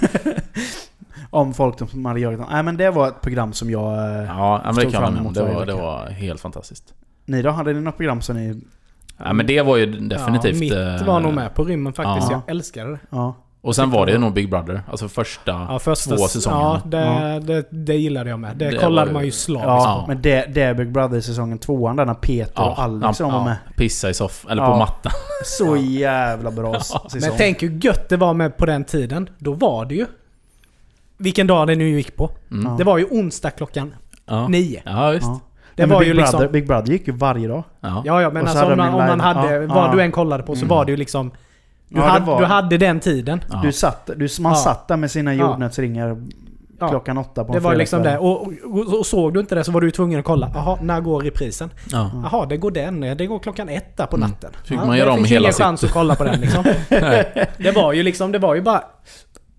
Om folk som hade gjort det. Nej, men det var ett program som jag... eh, Ja, men det stod kan fram man emot det varje var, det vecka. var helt fantastiskt. Ni då? Hade ni något program som ni... Ja, men det var ju definitivt... Ja, mitt eh, var nog med på rymmen faktiskt. ja. Jag älskade det. Ja. Och sen var det nog Big Brother. Alltså första, Ja, första, två säsongerna. Ja, det, Ja. Det, det gillade jag med. Det, Det kollade var ju- man ju slaviskt Ja, Ja. men det, det är Big Brother säsongen tvåan där när Peter och Alex ja, de var ja, med. pissa i soff eller Ja. på mattan. Så jävla bra säsong. Men tänk hur gött det var med på den tiden. Då var det ju... Vilken dag det nu gick på. Mm. Ja. Det var ju onsdag klockan Ja. nio. Ja, just. Ja. Det Men var Big ju Brother, liksom... Big Brother gick ju varje dag. Ja. Ja, ja, men Och så alltså hade om man, de om man live- hade... ja, vad ja. du än kollade på så Mm. var det ju liksom... Du, Ja, det hade, var- du hade den tiden. Ja. Du satt, du, man Ja. satt där med sina Ja. jordnötsringar Ja. klockan åtta på Det en var liksom fredagskväll. det. Och, och, och såg du inte det så var du tvungen att kolla. Jaha, när går reprisen? Ja. Jaha, det går den. Det går klockan ett där på Mm. natten. Fick Ja, man det göra om finns hela ingen sitt- chans att kolla på den liksom. Det var ju liksom, det var ju bara...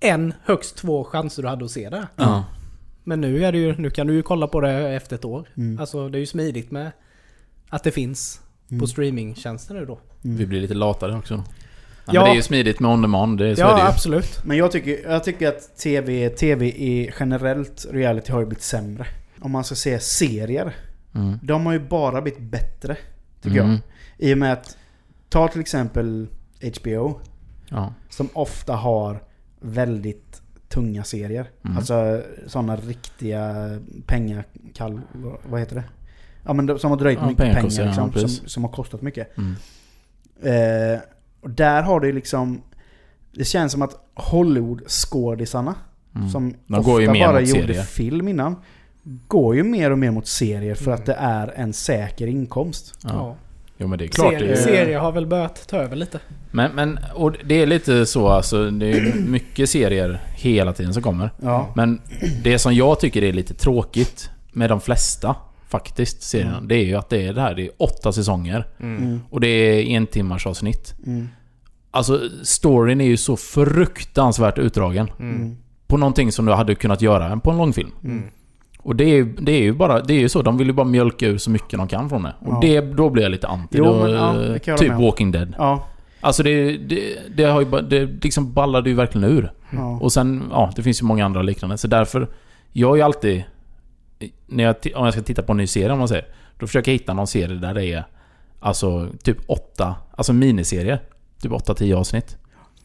en, högst två chanser du hade att se det. Ja. Men nu, är det ju, nu kan du ju kolla på det efter ett år. Mm. Alltså det är ju smidigt med att det finns Mm. på streamingtjänsten nu då. Mm. Vi blir lite latare också då. Ja, Ja. Men det är ju smidigt med on demand, det är, så Ja, är det ju. absolut. Men jag tycker, jag tycker att tv, tv är generellt, reality har ju blivit sämre. Om man ska se serier, Mm. de har ju bara blivit bättre, tycker Mm. jag. I och med att, ta till exempel H B O, Ja. som ofta har väldigt tunga serier. Mm. Alltså sådana riktiga pengakall, vad heter det? Ja, men de, som har dröjt Ja, mycket pengar pengakoster, liksom, ja, precis. som, som har kostat mycket. Mm. Eh, och där har det liksom, det känns som att Hollywood-skådisarna Mm. som De ofta går ju mer bara mot gjorde serier. film innan, går ju mer och mer mot serier för Mm. att det är en säker inkomst. Ja. Ja. Jo men det är klart. Serie, Det är, serier har väl börjat ta över lite. men, men och det är lite så alltså, det är mycket serier hela tiden som kommer. Ja. Men det som jag tycker är lite tråkigt med de flesta faktiskt serierna, Mm. det är ju att det är det här, det är åtta säsonger Mm. och det är en timmars avsnitt. Mm. Alltså storyn är ju så fruktansvärt utdragen Mm. på någonting som du hade kunnat göra på en långfilm. Mm. Och det är, ju, det är ju bara, det är ju så, de vill ju bara mjölka ur så mycket de kan från det. Och Ja. det, då blir jag lite anti. Jo, då, men, ja, det kan jag typ hålla med om. Walking Dead. Ja. Alltså det, det, det har ju bara, det liksom ballade ju verkligen ur. Ja. Och sen, ja, det finns ju många andra liknande. Så därför, jag är ju alltid, när jag, om jag ska titta på en ny serie om man säger, då försöker jag hitta någon serie där det är, alltså typ åtta, alltså miniserier. Typ åtta tio avsnitt.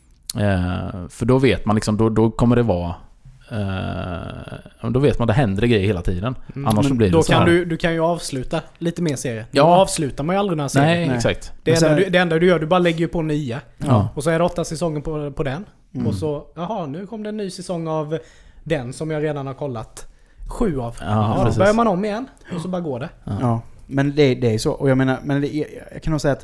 Eh, för då vet man liksom, då, då kommer det vara, eh, då vet man att det händer grejer hela tiden. Mm. Annars så Men blir det Då så kan här. du, du kan ju avsluta lite mer serier. Ja. Då avslutar man ju aldrig några serier. Nej, Nej. exakt. Det, Men enda sen- du, det enda du gör, du bara lägger ju på nya. Ja. Och så är det åtta säsonger på, på den. Mm. Och så, jaha, nu kom det en ny säsong av den som jag redan har kollat sju av. Ja, Ja, då precis. börjar man om igen och så bara går det. Ja, men det, det är så. Och jag menar, men det är, jag kan nog säga att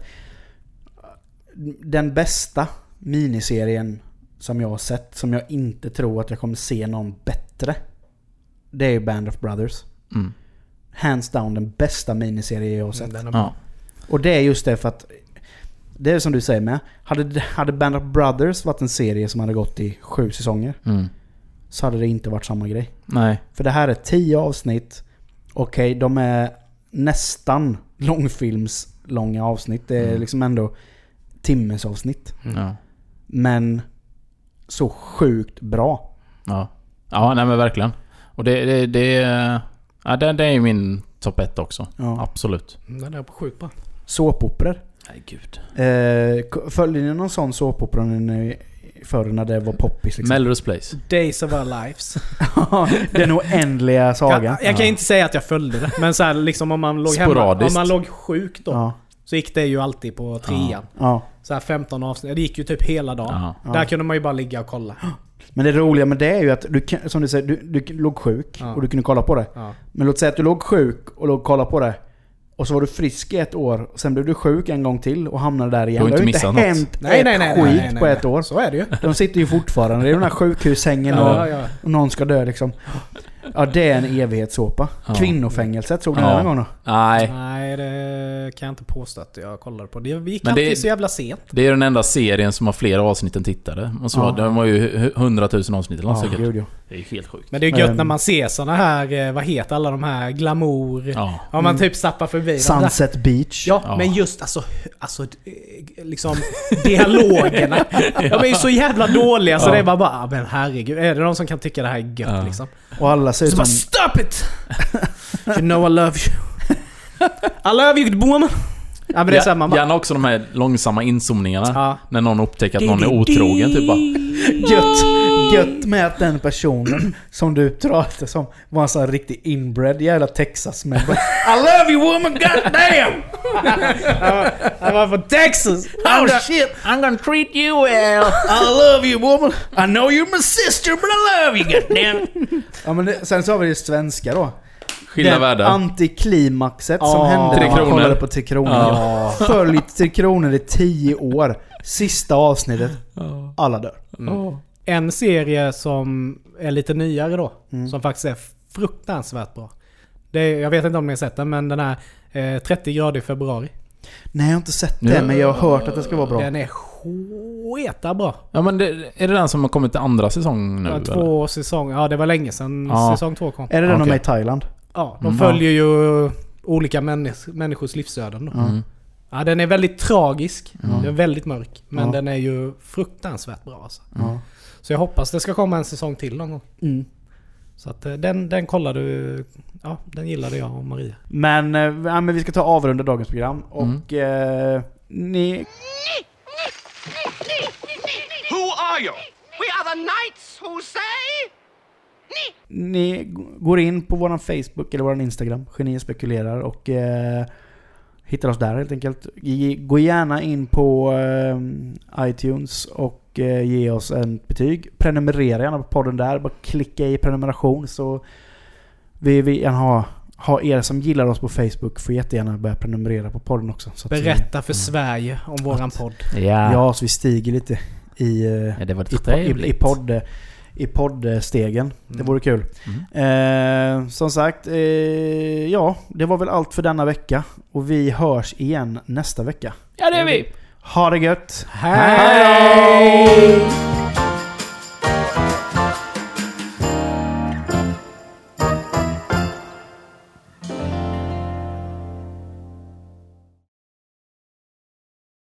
den bästa miniserien som jag har sett, som jag inte tror att jag kommer se någon bättre, det är ju Band of Brothers. Mm. Hands down den bästa miniserie jag har sett. Den är bra. Ja. Och det är just det för att, det är som du säger med, hade, hade Band of Brothers varit en serie som hade gått i sju säsonger, Mm. så hade det inte varit samma grej. Nej. För det här är tio avsnitt. Okej, de är nästan långfilms långa avsnitt. Det är Mm. liksom ändå timmes avsnitt. Ja. Men så sjukt bra. Ja. Ja, nej men verkligen. Och det, det, det, ja, det, det är ju min topp ett också. Ja. Absolut. Den är på sjukt bra. Såpoperor. Nej, gud. Eh, k- följde ni någon sån såpopera när ni- förr när det var poppis liksom? Melrose Place. Days of Our Lives. Den oändliga sagan. Jag, jag kan Ja. inte säga att jag följde det. Men så här, liksom om man låg hemma, om Sporadiskt. man låg sjuk då, Ja, så gick det ju alltid på trean. ja. Så här femton avsnitt. Det gick ju typ hela dagen. Ja. Ja. Där kunde man ju bara ligga och kolla. Men det roliga med det är ju att du kan, som du säger, du, du låg sjuk Ja. och du kunde kolla på det. Ja. Men låt säga att du låg sjuk och låg och kollade på det. Och så var du frisk i ett år. Och sen blev du sjuk en gång till och hamnade där igen. Du har Det har inte ju inte missat något. hänt Nej, ett nej, nej, skit nej, nej, på nej. ett år. Så är det ju. De sitter ju fortfarande. Det är den här sjukhussängen och, Ja, ja. och någon ska dö liksom. Ja, det är en evighetssåpa. Ja. Kvinnofängelset, såg du Ja. den någon gång då? Nej. Nej, det kan jag inte påstå att jag kollade på. Det gick Men alltid det- så jävla sent. Det är den enda serien som har flera avsnitt än tittare. Måste Ja. vara, de har ju hundratusen avsnitt eller något Ja, säkert. gud, ja. Det är ju helt sjukt. Men det är gött Men- när man ser såna här, eh, vad heter alla de här, glamour. Ja. Om man typ zappar förbi dem där. Sunset Beach. Ja, Ja. men just alltså, alltså eh, liksom dialogerna. De är ju så jävla dåliga så Ja. det är bara bara, ah, men herregud, är det någon som kan tycka det här är gött Ja. liksom? Och alla ser ut Så bara som... stop it! You know I love you. I love you woman. Ja men det är så här, man bara, Gärna också de här långsamma inzoomningarna. ja. När någon upptäcker att någon är otrogen. Typ bara, Gött, gött med att den personen som du pratade som var en sån här riktig inbred jävla Texas med. I love you woman, goddamn! Han var från Texas. Oh shit! I'm gonna treat you well. I love you woman! I know you're my sister but I love you, goddamn! Ja, men det, sen så har vi det svenska då. Skilda Den världar. antiklimaxet som Ja. hände Tre när man Kronor. kollade på Tre Kronor. Ja. Följt Tre Kronor i tio år. Sista avsnittet. Alla dör. En serie som är lite nyare då, Mm. som faktiskt är fruktansvärt bra. Det är, jag vet inte om ni har sett den, men den här eh, trettio grader i februari. Nej, jag har inte sett Ja. det, men jag har hört att det ska vara bra. Den är sketa bra. Ja, men det, är det den som har kommit till andra säsong nu? Ja, två säsonger. Ja, det var länge sedan ja. säsong två kom. Är det den okay. med i Thailand? Ja, de mm. följer ju olika människ- människors livsöden då. Mm. Ja, den är väldigt tragisk. Mm. Den är väldigt mörk. Men Ja. den är ju fruktansvärt bra alltså. Ja. Så jag hoppas det ska komma en säsong till någon gång. Mm. Så att eh, den, den kollade du. Ja, den gillade jag och Maria. Men, eh, ja, men vi ska ta avrunda dagens program. Och eh, ni... Who are you? We are the knights who say... Ni går in på våran Facebook eller våran Instagram, Genier spekulerar, och eh, hittar oss där helt enkelt. Gå gärna in på eh, iTunes och eh, ge oss en betyg. Prenumerera gärna på podden där. Bara klicka i prenumeration, så vi vill gärna ha, ha er som gillar oss på Facebook får jättegärna börja prenumerera på podden också. Så Berätta att, för Sverige om våran podd. Ja. ja, så vi stiger lite i, eh, Ja, det var i, i, i podd i poddstegen. Mm. Det vore kul. Mm. Eh, som sagt, eh, ja, det var väl allt för denna vecka. Och vi hörs igen nästa vecka. Ja, det är vi! Ha det gött! Hej!